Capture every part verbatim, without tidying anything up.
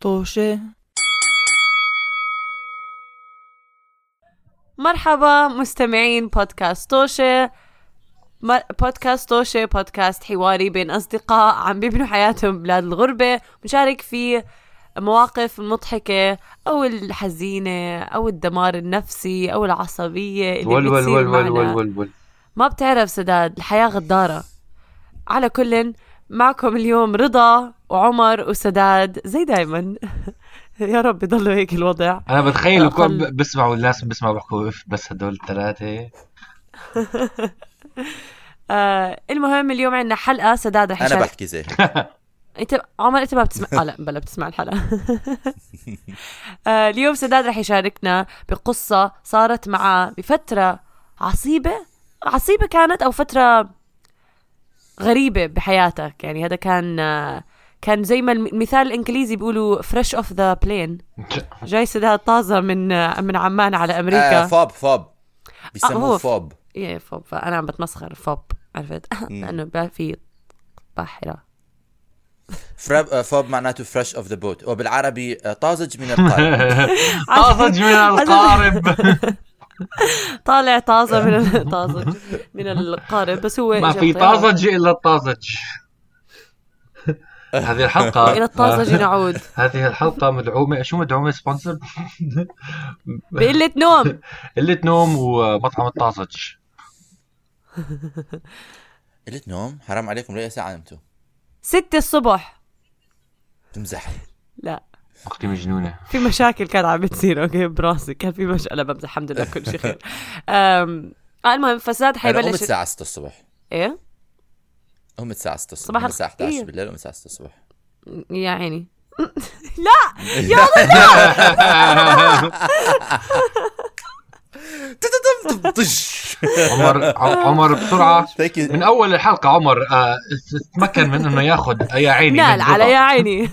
طوشة. مرحبا مستمعين بودكاست طوشة. مر... بودكاست طوشة بودكاست حواري بين أصدقاء عم بيبنوا حياتهم بلاد الغربة، مشارك فيه مواقف مضحكة أو الحزينة أو الدمار النفسي أو العصبية اللي ول ول بتصير ول معنا. ول ول ول. ما بتعرف سداد، الحياة غدارة. على كل معكم اليوم رضا وعمر وسداد زي دايما. يا رب يضلوا هيك الوضع. انا بتخيل أقل... كل بسمعوا الناس بسمعوا بحكوا اف بس هدول الثلاثه. آه المهم اليوم عندنا حلقه سداد رح انا بحكي زي انت عمر انت ما بتسمع. اه لا بلا بتسمع الحلقه. آه اليوم سداد رح يشاركنا بقصه صارت معه بفتره عصيبه عصيبه كانت او فتره غريبة بحياتك. يعني هذا كان كان زي ما المثال الإنجليزي بيقولوا fresh off the plane. جاي سداد طازة من من عمان على أمريكا. آه فوب فوب بيسموه آه فوب. إيه فوب. فأنا عم بتمسخر فوب، عرفت؟ لأنه بقى في باحرة. فراب فوب معناته fresh off the boat، وبالعربي طازج من القارب. طازج من القارب. طالع طازة من الطازج من القارب. بس هو ما في طازج إلا الطازج. هذه الحلقة إلى الطازج نعود. هذه الحلقة مدعومة شو مدعومة سبونسر بقلة نوم. قلة نوم ومطعم الطازج. قلة نوم حرام عليكم، ليه ساعة نمتوا؟ ستة الصبح. تمزح؟ لا وقتي مجنونة، في مشاكل كانت عم بتصير اوكي براسي، كان في مش انا بمزح الحمد لله كل شيء خير. امم المهم فساد حيبلش. انا قمت الساعة ستة الصبح. ايه قمت الساعة ستة الصبح، صباح من الساعة إحدى عشر إيه؟ بالليل قمت الساعة ستة الصبح. يا عيني. لا يا رضا. عمر عمر بسرعة من أول الحلقة. عمر آه تمكن من إنه ياخد يا عيني نال على يا عيني.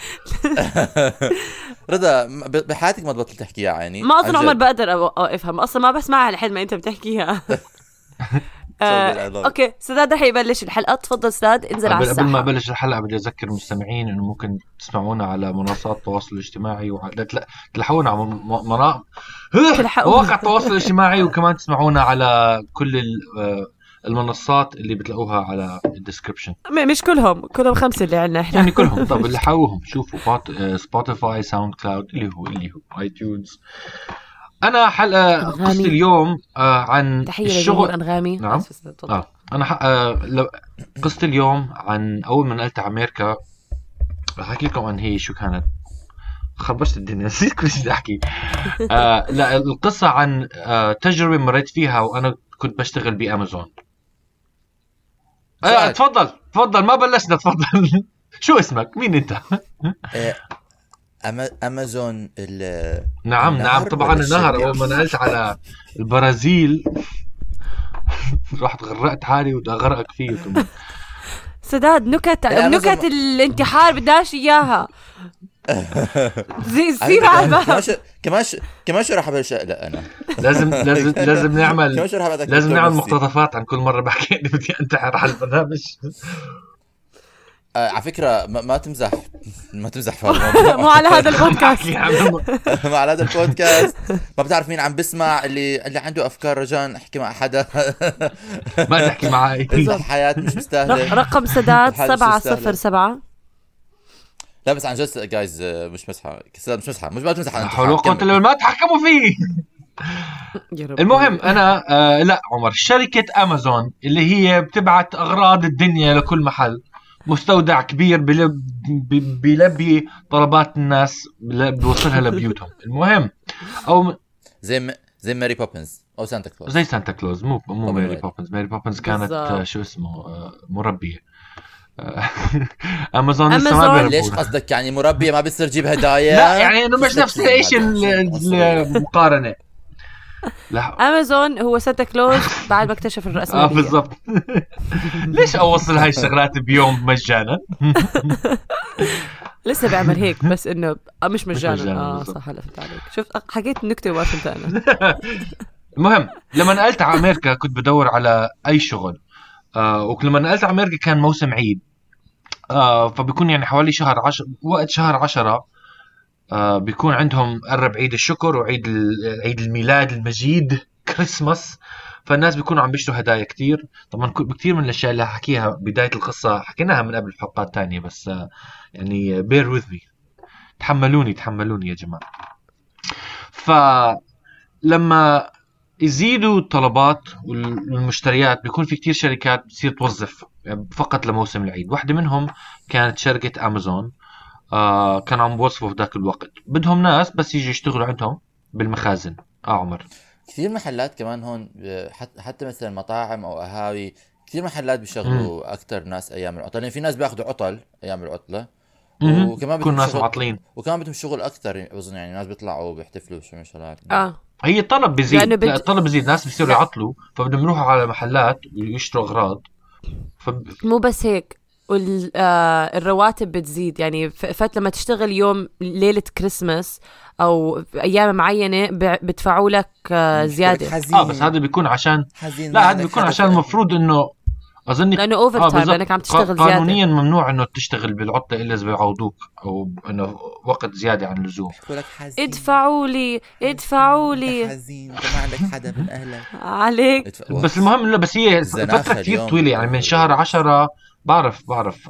رضا بحياتك ما تبطل تحكي يا عيني. ما أظن عمر بقدر أفهم أصلا، ما بسمعها لحد ما أنت بتحكيها. آه، اوكي سداد رح يبلش الحلقه. تفضل سداد انزل على الساحه. قبل ما ابلش الحلقه بدي اذكر المستمعين انه ممكن تسمعونا على منصات التواصل الاجتماعي وتلحقونا على منا... مواقع التواصل الاجتماعي، وكمان تسمعونا على كل المنصات اللي بتلاقوها على الديسكريبشن. مش كلهم، كلهم خمسه اللي عندنا احنا يعني كلهم. طب اللي حاوهم شوفوا سبوتيفاي، ساوند كلاود، اللي هو اللي هو اي تيونز. انا حلقه قصة اليوم آه عن الشغل أنغامي. نعم آه. انا ح... آه لو... قصة اليوم عن اول ما نقلت على امريكا. رح احكي لكم عن هي شو كانت. خربشت الدنيا، نسيت كل شيء بدي احكي. آه لا القصة عن آه تجربة مريت فيها وانا كنت بشتغل بامازون. آه تفضل تفضل ما بلشنا. تفضل. شو اسمك؟ مين انت؟ أمازون ال نعم نعم طبعا النهر. أول ما نقلت على البرازيل رحت غرقت حالي ودا غرقك فيه كمان. سداد نكت نكت الانتحار بداش إياها. زي زي كمان كمان كمان شو راح أبلش؟ لا أنا لازم لازم لازم نعمل لازم نعمل مقتطفات عن كل مرة بحكي إني بدي أنتحر على البرنامج. آه على فكرة ما, ما تمزح ما تمزح في الموضوع. مو على هذا البودكاست. ما على هذا البودكاست. ما بتعرف مين عم بسمع. اللي اللي عنده أفكار رجاء احكي مع حدا. ما تحكي معي. الحياة مش مستاهلة. رقم سداد سبعة صفر سبعة. لا بس عن جد جايز مش مسحة. سداد مش مسحة. مش ما تمزح. أنت حلوقات اللي ما تحكموا فيه. المهم أنا آه لا عمر شركة أمازون اللي هي بتبعت أغراض الدنيا لكل محل. مستودع كبير بيلبي طلبات الناس بيوصلها لبيوتهم. المهم او زي م... زي ماري بوبنز او سانتا كلوز. زي سانتا كلوز مو مو ماري بوبنز. ماري بوبنز كانت بالزبط. شو اسمه مربية. امازون أمازون. ليش قصدك يعني مربية ما بيصير جيب هدايا؟ لا يعني انه مش نفس الشيء المقارنة. لا امازون هو سانتا كلوز بعد ما اكتشف الرأسمالية. اه بالضبط. ليش اوصل هاي الشغلات بيوم مجانا؟ لسه بعمل هيك بس انه مش مجانا. اه صح هلا فهمت عليك. شفت حكيت النكته وما فهمت انا. المهم لما نقلت على امريكا كنت بدور على اي شغل. آه ولما نقلت على امريكا كان موسم عيد. آه فبيكون يعني حوالي شهر عشر وقت شهر عشرة آه بيكون عندهم قرب عيد الشكر وعيد عيد الميلاد المجيد كريسماس، فالناس بيكونوا عم بيشتروا هدايا كتير. طبعا كتير من الاشياء اللي حكيها بدايه القصه حكيناها من قبل حلقات تانية، بس آه يعني bear with me، تحملوني تحملوني يا جماعه. فلما يزيدوا الطلبات والمشتريات بيكون في كتير شركات بتصير توظف فقط لموسم العيد. واحدة منهم كانت شركة أمازون. آه كان عم بوصفوا في ذاك الوقت بدهم ناس بس يجي يشتغلوا عندهم بالمخازن. آه عمر كثير محلات كمان هون، حتى مثلا مطاعم أو أهاوي، كثير محلات بيشغلوا أكتر ناس أيام العطلة، يعني في ناس بياخدوا عطل أيام العطلة، وكمان بدهم ناس عاطلين، وكمان بدهم شغل أكتر بظن، يعني ناس بيطلعوا بيحتفلوا شو شغلات. آه هي الطلب بيزيد، بد... الطلب بيزيد، ناس بيصيروا يعطلوا فبدهم يروحوا على محلات ويشتروا أغراض. فب... مو بس هيك، والرواتب بتزيد. يعني فات لما تشتغل يوم ليلة كريسماس أو أيام معينة بدفعوا لك زيادة. آه بس هذا بيكون عشان لا هذا بيكون عشان المفروض إنه أظن لأنه أوفر تايم، لأنك عم تشتغل زيادة. قانونيا ممنوع إنه تشتغل بالعطلة إلا إذا بيعوضوك أو إنه وقت زيادة عن اللزوم. ادفعوا لي ادفعوا لي حزين، أنت ما عندك حدا من أهلك عليك. بس المهم لا، بس هي فترة كتير طويلة، يعني من شهر عشرة. بعرف بعرف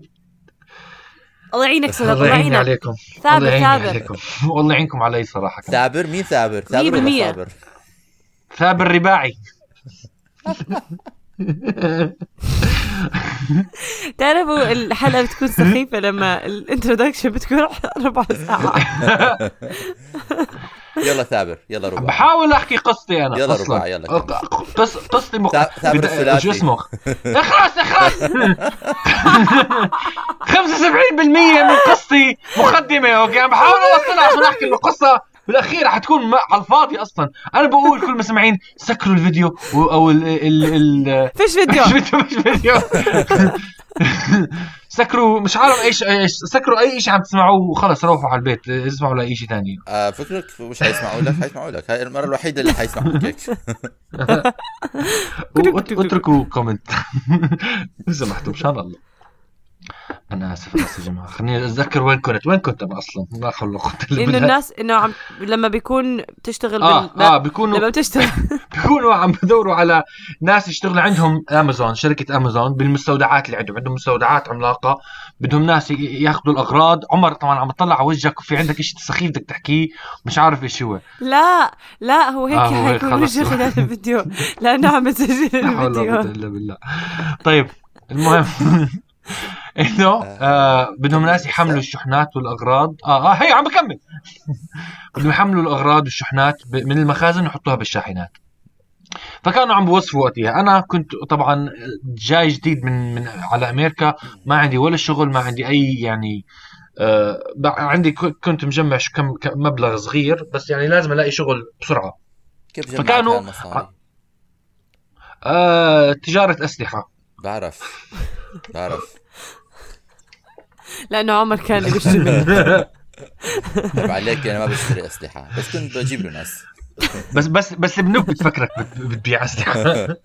الله يعينك صدق، الله يعين عليكم. ثابر ثابر والله يعينكم علي صراحة. ثابر مين ثابر؟ ثابر ولا ثابر؟ ثابر رباعي. تعرفوا الحلقة بتكون سخيفة لما الانترودكشن بتكون ربع ساعة. يلا ثابر، يلا ربع. بحاول احكي قصتي انا. يلا ربع، يلا قص قصتي مخ... ثابر الثلاثي. شو اسمه؟ اخلص اخلص. خمسة وسبعين بالمية من قصتي مقدمة. اوكي انا بحاول اوصلها عشان احكي القصة بالاخير حتكون على الفاضي اصلا. انا بقول كل مسمعين سكروا الفيديو او ال ال ال فيش فيديو فيش فيديو سكروا مش عارف ايش ايش سكروا اي شيء عم تسمعوه وخلص روحوا على البيت اسمعوا لاي شيء ثاني. آه فكرك مش حيسمعوا لك، حيسمعوا لك. هاي المره الوحيده اللي حيسمعوا لك. اتركوا كومنت اذا سمحتوا مشان الله. انا اسف بس يا جماعه خليني اتذكر وين كنت وين كنت انا اصلا ما خلقت. انه الناس انه عم لما بيكون تشتغل آه بال... اه بيكونوا لما بتشتغل بيكونوا عم بدوروا على ناس يشتغل عندهم امازون، شركه امازون بالمستودعات اللي عندهم عندهم مستودعات عملاقه، بدهم ناس ياخذوا الاغراض. عمر طبعا عم بطلع على وجهك وفي عندك شيء سخيف بدك تحكيه مش عارف ايش هو. لا لا هو هيك آه حيكون وجه خلال الفيديو لانه عم بسجل الفيديو. الا بالله. طيب المهم انه آه بدهم ناس يحملوا الشحنات والاغراض. اه اه هي عم بكمل. بدهم يحملوا الاغراض والشحنات من المخازن ويحطوها بالشاحنات. فكانوا عم بوصفوا وقتها. انا كنت طبعا جاي جديد من من على امريكا، ما عندي ولا شغل، ما عندي اي يعني آه عندي كنت مجمع كم مبلغ صغير بس يعني لازم الاقي شغل بسرعه. كيف فكانوا آه تجاره اسلحه. بعرف بعرف لأنه عمر كان بيشتري منه. طبعا عليك أنا ما بشتري أسلحة بس كنت بجيب له ناس. بس بس بس البنوك بتفكرك بتبيع أسلحة.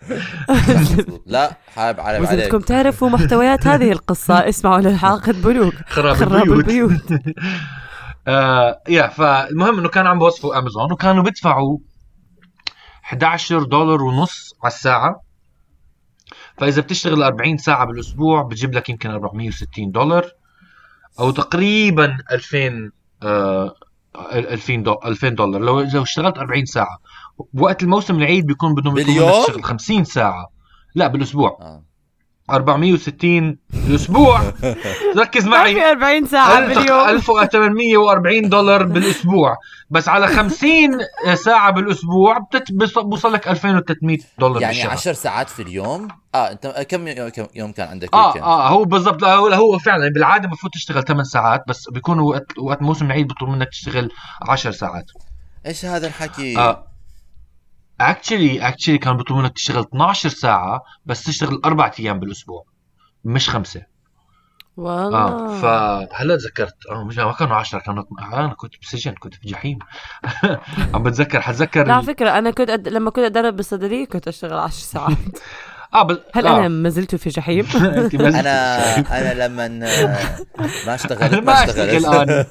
لا حابب على عليك. وإذا بدكم تعرفوا محتويات هذه القصة اسمعوا لحلقة بنوك خراب, خراب البيوت. آه يا فالمهم إنه كان عم بوصفوا أمازون وكانوا بيدفعوا إحدى عشر دولار ونص على الساعة. فإذا بتشتغل أربعين ساعة بالأسبوع بتجيب لك يمكن أربعمية وستين دولار أو تقريبا ألفين آه ألفين دولار ألفين دولار لو لو اشتغلت أربعين ساعة. بوقت الموسم العيد بيكون بدهم تشتغل خمسين ساعة. لا بالأسبوع. آه. أربعمية وستين بالأسبوع. ركز معي. أربعين ساعة باليوم. ألف وثمانمية وأربعين دولار بالأسبوع. بس على خمسين ساعة بالأسبوع بتوصل لك ألفين وثلاثمية دولار يعني بالشهر. عشر ساعات في اليوم. اه انت كم يوم كان عندك اه ويكند؟ اه هو بالضبط. هو هو فعلا بالعاده المفروض تشتغل ثمان ساعات بس بيكونوا وقت وقت موسم العيد بيطلب منك تشتغل عشر ساعات. ايش هذا الحكي؟ اه اكشلي اكشلي كان بيطلب منك تشتغل اثناشر ساعه بس تشتغل اربع ايام بالاسبوع مش خمسه. والله اه فهلا تذكرت اه مش ما كانوا عشرة كانوا انا كنت بسجن كنت في جحيم. عم بتذكر حتذكر لا على فكره انا كنت أد... لما كنت ادرب بالصيدليه كنت اشتغل عشر ساعات. اه بس هل آه. انا ما زلت في جحيم؟ أنت ما زلت انا في انا لما ما اشتغلت ما ما اشتغل اشتغلت الآن.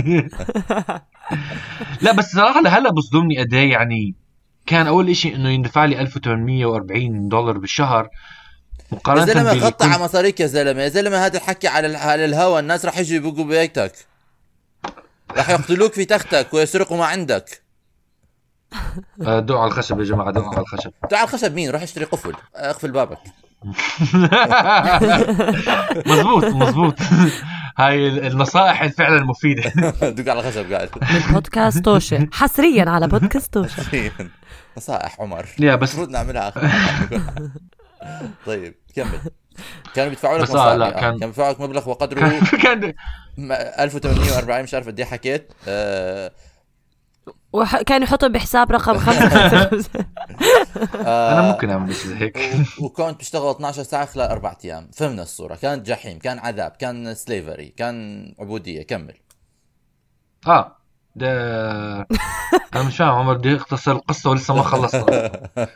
لا بس صراحة لهلا بصدمني قد ايه يعني. كان اول اشي انه يندفع لي ألف وثمانمية وأربعين دولار بالشهر يا مقارنة زلمه باللي غطى على كنت. مصاريك يا زلمه، يا زلمه هذا الحكي على ال- على الهوا، الناس راح يجوا يبقوا ببيتك، راح يقتلوك في تختك ويسرقوا ما عندك. آه، دعوا على الخشب يا جماعة، دعوا على الخشب. تعال الخشب مين؟ روح اشتري قفل، اقفل بابك. مزبوط مزبوط. هاي النصائح فعلا مفيدة. دق على الخشب قاعد. من بودكاست توشة، حصريا على بودكاست توشة. نصائح عمر يا بس المفروض نعملها آخر. طيب كمل. كانوا بيدفعوا لك بس آه، مصاري، لا، آه. كان- كان بيدفعوا لك مبلغ وقدره كان م- ألف وثمانمية وأربعين، مش عارف قد ايه حكيت. آه وكان يحطهم بحساب رقم خمسة. انا ممكن اعمل شيء زي هيك. و- وكنت بشتغل اثنعش ساعة خلال أربعة أيام. فهمنا الصورة، كانت جحيم، كان عذاب، كان سليفري، كان عبودية. كمل. اه ده انا مش فاهم عمر، بدي اختصر القصة ولسه ما خلصت.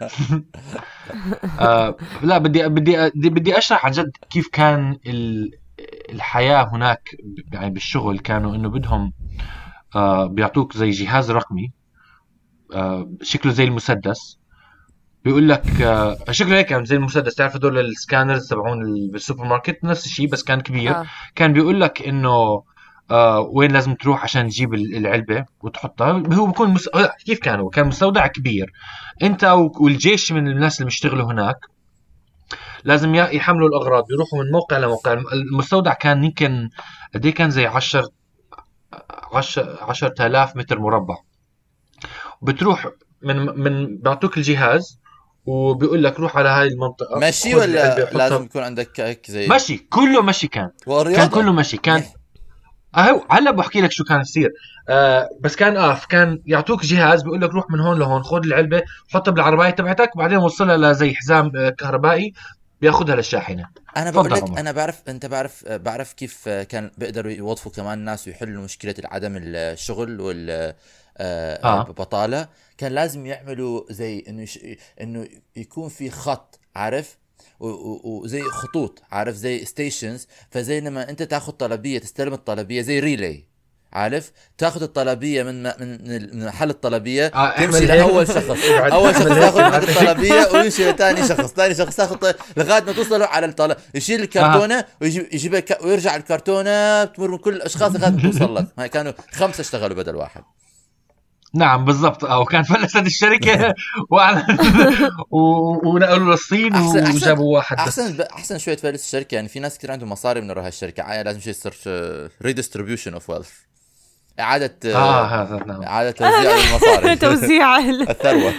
آه لا بدي بدي بدي, بدي اشرح عن جد كيف كان ال- الحياة هناك. يعني بالشغل كانوا انه بدهم آه بيعطوك زي جهاز رقمي آه شكله زي المسدس. بيقول لك آه شكله هيك يعني زي المسدس. تعرف هدول السكانرز تبعون ال- بالسوبر ماركت، نفس الشيء بس كان كبير. آه. كان بيقول لك انه آه وين لازم تروح عشان تجيب ال- العلبة وتحطها. هو بيكون مس... آه، كيف كان هو كان مستودع كبير. انت و- والجيش من الناس اللي بيشتغلوا هناك لازم ي- يحملوا الأغراض، بيروحوا من موقع لموقع. الم- المستودع كان يمكن قد ايه، كان زي عشر عشر عشرة آلاف متر مربع. بتروح من من بيعطوك الجهاز وبيقول لك روح على هاي المنطقة. ماشي خذ العلبة ولا وحطها. لازم يكون عندك هيك زي مشي، كله مشي كان. والرياضة؟ كان كله مشي كان. اهو هلا بحكي لك شو كان يصير. آه بس كان اه كان يعطوك جهاز بيقول لك روح من هون لهون، خذ العلبة حطها بالعربية تبعتك وبعدين وصلها لزي حزام آه، كهربائي بياخذها للشاحنة. انا تفضل بقول لك عمر. انا بعرف، انت بعرف بعرف كيف كان بيقدروا يوظفوا كمان ناس ويحلوا مشكله عدم الشغل وال آه. البطاله. كان لازم يعملوا زي انه يش... انه يكون في خط، عارف، و- و- وزي خطوط، عارف، زي ستيشنز. فزي لما انت تاخذ طلبيه، تستلم الطلبيه زي ريلي، عارف، تاخذ الطلبيه من من من محل الطلبيه، آه، تمشي اعمل لاول هيك. شخص، ابعد. اول شخص اعمل ياخذ هيك. منك الطلبيه ويمشي لثاني شخص، ثاني شخص تاخذ طل... لغايه ما توصلوا على الطلب، يشيل الكرتونه ويجيب يجيب الك... ويرجع الكرتونه تمر من كل الاشخاص لغايه ما توصل لك. هاي كانوا خمسه اشتغلوا بدل واحد. نعم بالضبط. اه وكان فلست الشركة وأعلن- و- ونقلوا للصين احسن احسن وجابوا واحد بس. احسن ب... احسن شويه فلس الشركه. يعني في ناس كثير عندهم مصاري من وراء هالشركه. عا- لازم شيء يصير ريديستريبيوشن اوف ويلث، اعاده اه هذا نعم. اعاده توزيع المصاري، توزيع الثروه.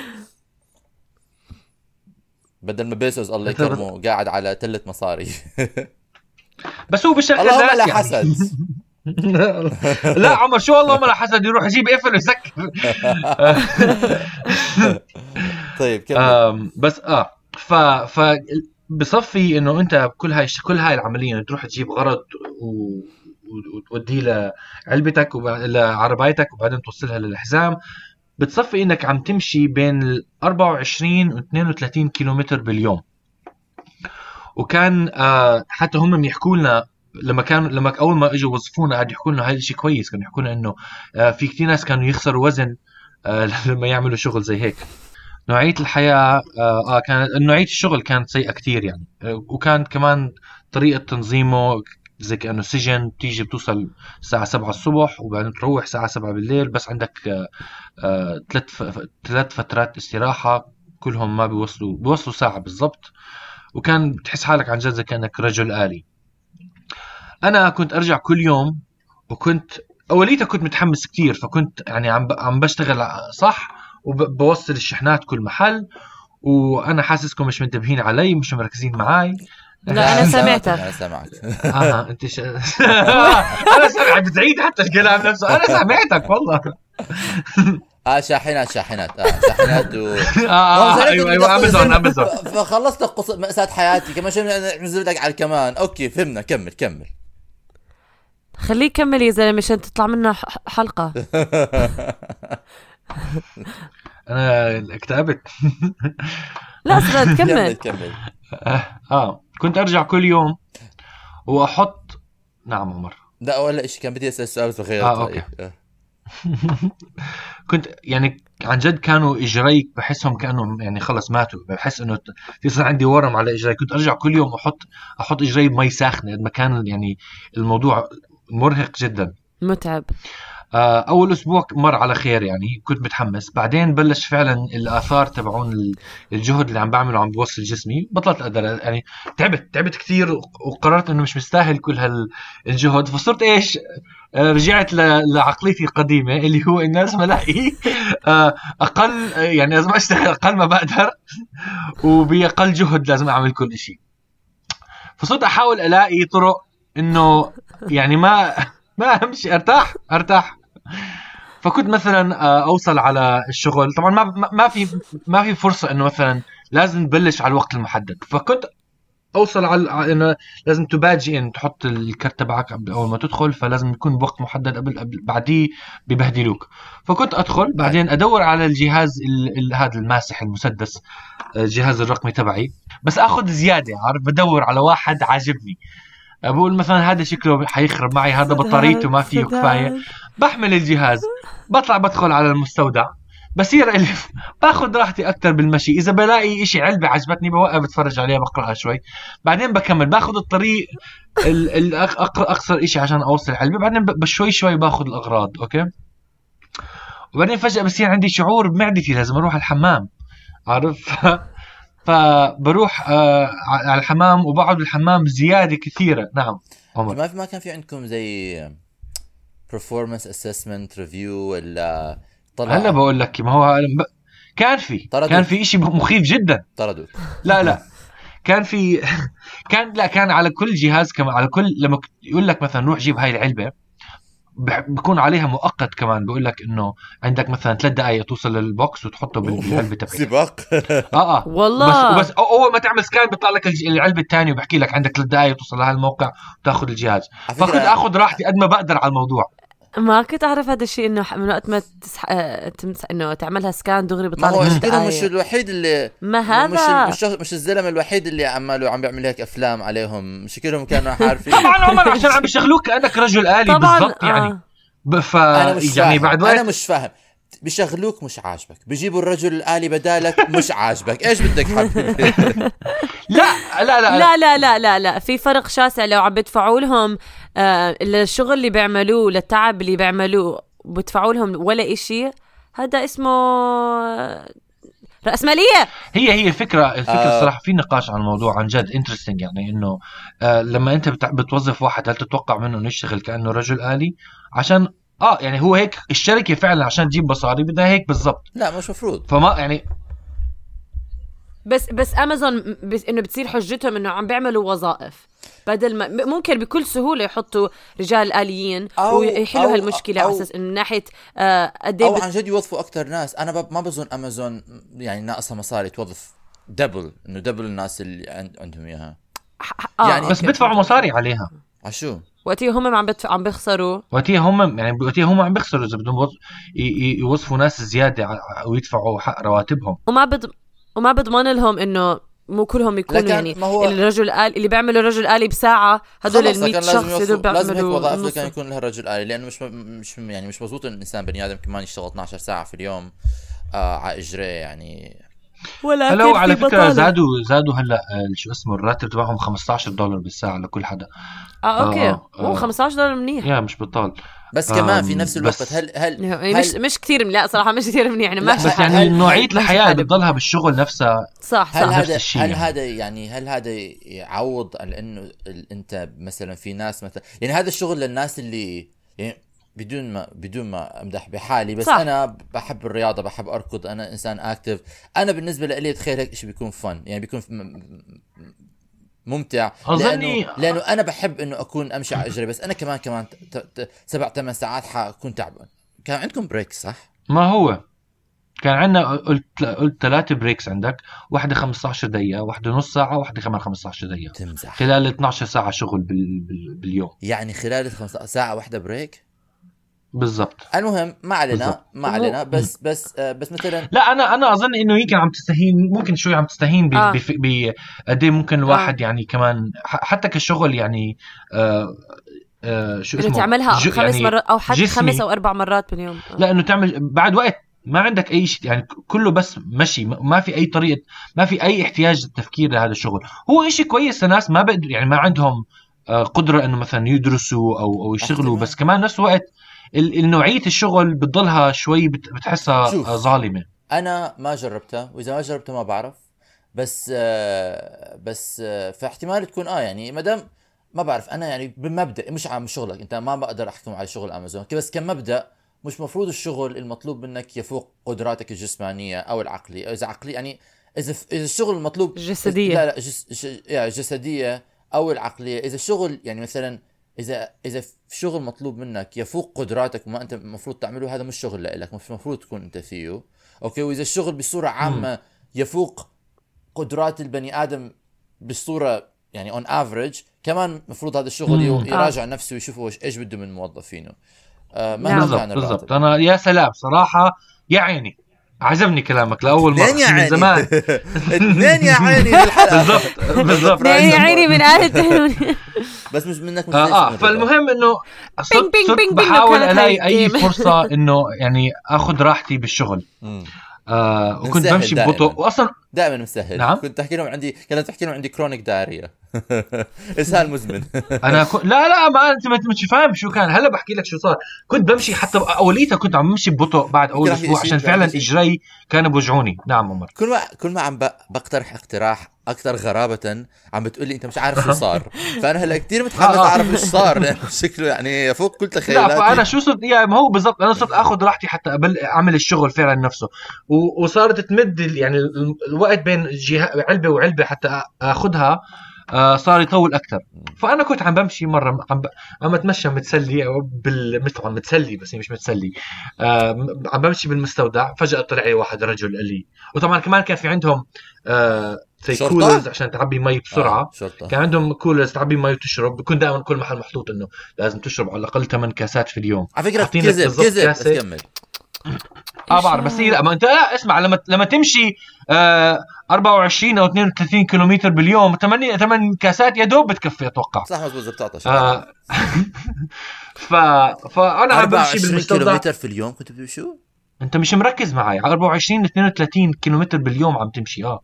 بدل ما بيسوس الله يكرمه قاعد على تلة مصاري. بس هو بشغل اللهم ناس لا يعني. حسد. لا عمر شو اللهم لا حسد، يروح يجيب قفل ويسكر. طيب كمل. آم، بس اه ف ف بصفي انه انت كل هاي كل هاي العمليه إنه تروح تجيب غرض و... و- وتوديه لعلبتك وب... لعربايتك وبعدين توصلها للحزام. بتصفي انك عم تمشي بين ال أربعة وعشرين و اثنين وثلاثين كيلومتر باليوم. وكان آه حتى هم بيحكوا لنا لما كانوا لما اول ما اجوا وظفونا قاعد يحكوا لنا هذا الشيء كويس. كانوا يحكوا لنا انه آه في كثير ناس كانوا يخسروا وزن آه لما يعملوا شغل زي هيك. نوعية الحياة آه, آه كانت نوعية الشغل كانت سيئة كتير يعني. آه وكانت كمان طريقة تنظيمه زي كأنه سجن. بتيجي بتوصل الساعة سبعة الصبح وبعدين تروح الساعة سبعة بالليل، بس عندك آه آه ثلاث ف... ثلاث فترات استراحة كلهم ما بيوصلوا بيوصلوا ساعة بالضبط. وكان بتحس حالك عن جد زي كأنك رجل آلي. أنا كنت أرجع كل يوم وكنت أوليتها كنت متحمس كتير، فكنت يعني عم ب... عم بشتغل صح وبوصل الشحنات كل محل. وأنا حاسسكم مش منتبهين علي، مش مركزين معاي. لا أنا سمعتك. انا سامعك. آه أنت ش... أنا سامعك بتعيد حتى الكلام نفسه. أنا سمعتك والله. اه شاحنات شاحنات اه شاحنات و آه أيوة أيوة أمازون أمازون. فخلصت قصة مأساة حياتي كمان شو نزل لك على الكمان. اوكي فهمنا، كمل كمل. خليه يكمل يا زلمة مشان تطلع منه ح- حلقة. أنا اكتئبت. لا أصلا كمل تكمل. كمل. آه, اه كنت ارجع كل يوم واحط. نعم عمر. لا ولا إشي، كان بدي أسأل سؤال صغير. آه أوكي. كنت يعني عن جد كانوا اجريك بحسهم كانهم يعني خلص ماتوا، بحس انه تصير عندي ورم على اجري. كنت ارجع كل يوم احط احط اجري بمي ساخنه قد ما كان يعني الموضوع مرهق جدا متعب. اول اسبوع مر على خير يعني، كنت متحمس. بعدين بلش فعلا الاثار تبعون الجهد اللي عم بعمله عم بوصل جسمي، بطلت اقدر يعني، تعبت تعبت كثير وقررت انه مش مستاهل كل هالجهد. فصرت ايش، رجعت لعقليتي القديمة اللي هو الناس ملاقي اقل يعني لازم اشتغل اقل ما بقدر وباقل جهد لازم اعمل كل شيء. فصرت احاول الاقي طرق انه يعني ما ما امشي ارتاح ارتاح فكنت مثلا اوصل على الشغل. طبعا ما ما في ما في فرصه انه مثلا لازم نبلش على الوقت المحدد، فكنت اوصل على انه لازم تباجي ان تحط الكرت تبعك اول ما تدخل، فلازم يكون بوقت محدد قبل, قبل بعديه ببهدلوك. فكنت ادخل بعدين ادور على الجهاز هذا الماسح المسدس، الجهاز الرقمي تبعي، بس اخذ زياده، عارف، بدور على واحد عاجبني، بقول مثلا هذا شكله حيخرب معي، هذا بطاريته ما فيه كفايه، بحمل الجهاز بطلع بدخل على المستودع بصير ألف، باخذ راحتي أكتر بالمشي. إذا بلاقي إشي علبة عجبتني بوقف بتفرج عليها بقرأها شوي، بعدين بكمل باخذ الطريق أقصر إشي عشان أوصل العلبة، بعدين بشوي شوي باخذ الأغراض. أوكي، وبعدين فجأة بصير عندي شعور بمعدتي لازم أروح الحمام، عارف فبروح آه على الحمام وبقعد بالحمام زيادة كثيرة. نعم عمر. ما ما كان في عندكم زي performance assessment review ولا طلع؟ هلا بقول لك، ما هو كان في طردوك. كان في إشي مخيف جدا. طردوك؟ لا لا كان في كان لا كان على كل جهاز كمان، على كل لما يقول لك مثلا روح جيب هاي العلبة بيكون عليها مؤقت كمان، بيقول لك انه عندك مثلا ثلاث دقائق توصل للبوكس وتحطه بالعلبه تبعك. سباق. اه اه والله. بس بس اول ما تعمل سكان بيطلع لك العلبه الثانيه وبحكي لك عندك ثلاث دقائق توصل لهالموقع وتاخذ الجهاز. فكنت اخذ راحتي قد ما بقدر على الموضوع. ما كنت اعرف هذا الشيء، انه من وقت ما تسح... تمسح انه تعملها سكان دغري بيطلع لك. ما هو مش الوحيد اللي ما هذا مش مش الزلمه الوحيد اللي عماله عم بيعمل هيك افلام عليهم، مش كلهم كانوا عارفين. طبعا عمر عشان عم بيشغلوك كانك رجل آلي بالضبط يعني. آه. ف... أنا مش يعني فاهم. بعد أنا مش فاهم، بيشغلوك مش عاجبك، بيجيبوا الرجل الآلي بدالك مش عاجبك، إيش بدك حبيبي؟ لا لا لا لا لا لا لا لا في فرق شاسع. لو عم بدفعوا لهم آه الشغل اللي بيعملوه، للتعب اللي بيعملوه، بدفعوا لهم ولا إشي، هذا اسمه رأسمالية. هي هي الفكرة الفكرة آه. الصراحة في نقاش عن الموضوع عن جد انترستينج، يعني إنه آه لما أنت بتوظف واحد هل تتوقع منه إنه يشتغل كأنه رجل آلي عشان اه يعني هو هيك الشركة فعلا عشان تجيب مصاري بدها هيك بالضبط؟ لا مش مفروض. فما يعني بس بس امازون بس انه بتصير حجتهم انه عم بيعملوا وظائف، بدل ما ممكن بكل سهوله يحطوا رجال آليين ويحلوا هالمشكله على اساس انه من ناحيه آه قد ايه او عن جد يوظفوا اكثر ناس. انا ما بظن امازون يعني ناقصها مصاري توظف دبل، انه دبل الناس اللي عندهم اياها آه يعني بس بيدفعوا مصاري عليها. عشو وقتها هم عم بتف... عم بيخسروا، وقتها هم يعني وقتها هم عم بيخسروا اذا بدهم يوظفوا ناس زياده ويدفعوا حق رواتبهم، وما بد وما بضمن لهم انه مو كلهم يكونوا يعني هو... الرجل آلي اللي بيعملوا رجل آلي بساعه، هدول ال مية شخص اللي بيعملوا لازم هيك وظائف كان يكون لها رجل آلي، لانه مش مش يعني مش مزبوط ان الانسان بني ادم كمان يشتغل اثنعش ساعه في اليوم آه على اجري يعني. ولا لو على فكره بطالة. زادوا زادوا هلا شو اسمه الراتب تبعهم خمسة عشر دولار بالساعه لكل حدا. اه اوكي آه آه خمسة عشر دولار منيح يا مش بطال. بس كمان في نفس الوقت هل هل, هل مش مش كثير، لا صراحه مش كثير منيح يعني، بس يعني نوعيه الحياه بتضلها بالشغل نفسها صح صح. هل هذا هل يعني. هذا يعني هل هذا يعوض على انه انت مثلا في ناس مثلا يعني هذا الشغل للناس اللي يعني بدون ما بدون ما امدح بحالي بس صح. انا بحب الرياضه، بحب اركض، انا انسان اكتف، انا بالنسبه لي تخيل هيك شيء بيكون فن يعني بيكون ممتع لأنه, لأنه أنا بحب إنه أكون أمشي على أجري، بس أنا كمان كمان ت... ت... سبع ثمان ساعات حكون تعبان. كان عندكم بريك صح؟ ما هو كان عندنا قلت قلت ثلاثة بريكس عندك، واحدة خمسة عشر دقيقة، واحدة نص ساعة، واحدة كمان خمسة عشر دقيقة. تمزح. خلال اثنعش ساعة شغل بال... بال... باليوم. يعني خلال خمسة ساعة واحدة بريك؟ بالضبط. المهم ما علينا ما علينا بس بس آه بس مثلا لا انا انا اظن انه يمكن عم تستهين، ممكن شوي عم تستهين ب آه. ب قد ايه ممكن الواحد آه. يعني كمان حتى كشغل يعني آه آه شو اسمه تعملها خمس يعني مرات او حتى خمس او اربع مرات باليوم. آه. لا انه تعمل بعد وقت ما عندك اي شيء يعني كله بس مشي، ما في اي طريقه، ما في اي احتياج للتفكير لهذا الشغل. هو إشي كويس لناس ما بقدر يعني ما عندهم آه قدره انه مثلا يدرسوا او او يشتغلوا، بس كمان نفس الوقت النوعيه الشغل بتضلها شوي بتحسها ظالمه. انا ما جربتها، واذا ما جربتها ما بعرف، بس آه بس آه فاحتمال تكون اه يعني مادام ما بعرف. انا يعني بمبدا مش عم شغلك انت ما بقدر احكم على شغل امازون، بس كمبدا مش مفروض الشغل المطلوب منك يفوق قدراتك الجسمانيه او العقليه، او اذا عقليه يعني اذا اذا الشغل المطلوب جسديه لا لا جس ج... يعني جسديه او العقليه. اذا الشغل يعني مثلا اذا اذا في شغل مطلوب منك يفوق قدراتك وما انت المفروض تعمله، هذا مش شغل لك، مش المفروض تكون انت فيه. اوكي. واذا الشغل بصوره عامه يفوق قدرات البني ادم بصوره يعني اون افريج، كمان المفروض هذا الشغل يراجع نفسه ويشوفوا ايش بده من موظفينه. آه ما كان بالضبط. انا يا سلام صراحه يا عيني عجبني كلامك لاول مره من زمان. اثنين يا عيني بالحلقه. بالضبط بالضبط يا عيني من آلة بس مش منك مش اه, آه. فالمهم انه صرت بحاول الاقي اي فرصه انه يعني اخذ راحتي بالشغل. آه وكنت بمشي ببطء واصلا دائما مسهل. نعم؟ كنت تحكي لهم عندي كانت تحكي لهم عندي كرونيك دايريا اسهال مزمن. انا ك... لا لا ما انت ما مش فاهم شو كان. هلا بحكي لك شو صار. كنت بمشي حتى اوليتها كنت عم بمشي ببطء بعد اول اسبوع عشان فعلا اجري كانوا بوجعوني. نعم عمر. كل ما كل ما عم بقترح اقتراح اكثر غرابه عم بتقول لي انت مش عارف شو صار. فانا هلا كثير متحمس اعرف ايش صار لانه شكله يعني يفوق كل تخيلاتي. لا فانا شو صرت يعني ما هو بالضبط انا صرت اخذ راحتي حتى قبل اعمل الشغل فعلا نفسه، و... وصارت تمد يعني الوقت بين جهه علبه وعلبه حتى اخذها آه صار يطول اكثر. فانا كنت عم بمشي مره عم ب... عم اتمشى متسلي بال طبعا متسلي بس مش متسلي آه عم بمشي بالمستودع. فجاه طلع لي واحد رجل قال لي، وطبعا كمان كان في عندهم آه زي كولرز عشان تعبي مي بسرعه. آه كان عندهم كولرز تعبي مي وتشرب. بكون دائما كل محل محطوط انه لازم تشرب على الاقل ثمان كاسات في اليوم. على فكره كذب كذب بس كمل. اه بعرف بس لا ما انت لا اسمع لما لما تمشي آه أربعة وعشرين او اثنين وثلاثين كيلومتر باليوم ثمانية ثمان كاسات يا دوب بتكفي اتوقع. صح مزبوط زبطات آه ف فانا عم بمشي بالمستودع كيلومتر في اليوم. كنت بتمشوا انت مش مركز معي. أربعة وعشرين اثنين وثلاثين كيلومتر باليوم عم تمشي اه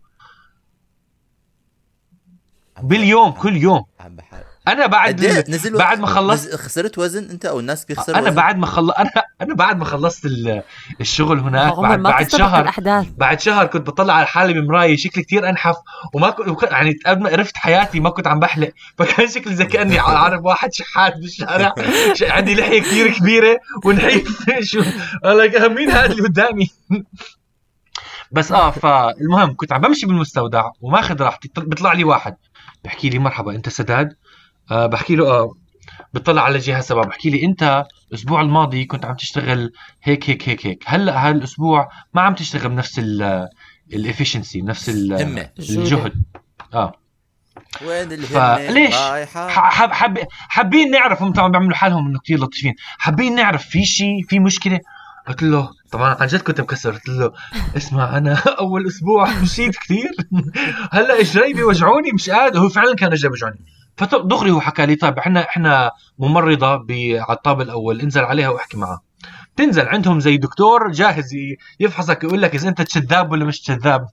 باليوم كل يوم. عم بحال انا بعد نزل بعد ما خلصت خسرت وزن انت او الناس بيخسروا انا وزن. بعد ما خلص انا انا بعد ما خلصت الشغل هناك بعد بعد شهر بعد شهر كنت بطلع على حالي بمرايه شكلي كتير انحف وما كنت يعني قبل ما عرفت حياتي ما كنت عم بحلق. فكان شكلي زي كاني عارف واحد شحات بالشارع عندي لحيه كتير كبيره ونحيف. شو قال مين هذا اللي قدامي؟ بس اه فالمهم كنت عم بمشي بالمستودع وماخذ راحتي. بيطلع لي واحد بحكي لي مرحبا انت سداد؟ أه بحكي له اه. بتطلع على جهة سبعة بحكي لي انت الاسبوع الماضي كنت عم تشتغل هيك هيك هيك هيك، هلا هالاسبوع ما عم تشتغل بنفس الافيشنسي نفس الجهد. اه وين الهمة ليش حب حب حابين نعرف. هم طبعا بيعملوا حالهم انه كتير لطيفين. حابين نعرف في شيء في مشكلة. قلت له طبعا عن جد كنت مكسر. قلت له اسمع انا اول اسبوع مشيت كتير هلا اجري بيوجعوني مش قادر. هو فعلا كان اجري بيوجعني. فدغري هو حكى لي طيب احنا احنا ممرضه على الطابق الاول انزل عليها واحكي معها. تنزل عندهم زي دكتور جاهز يفحصك يقول لك اذا انت كذاب ولا مش كذاب.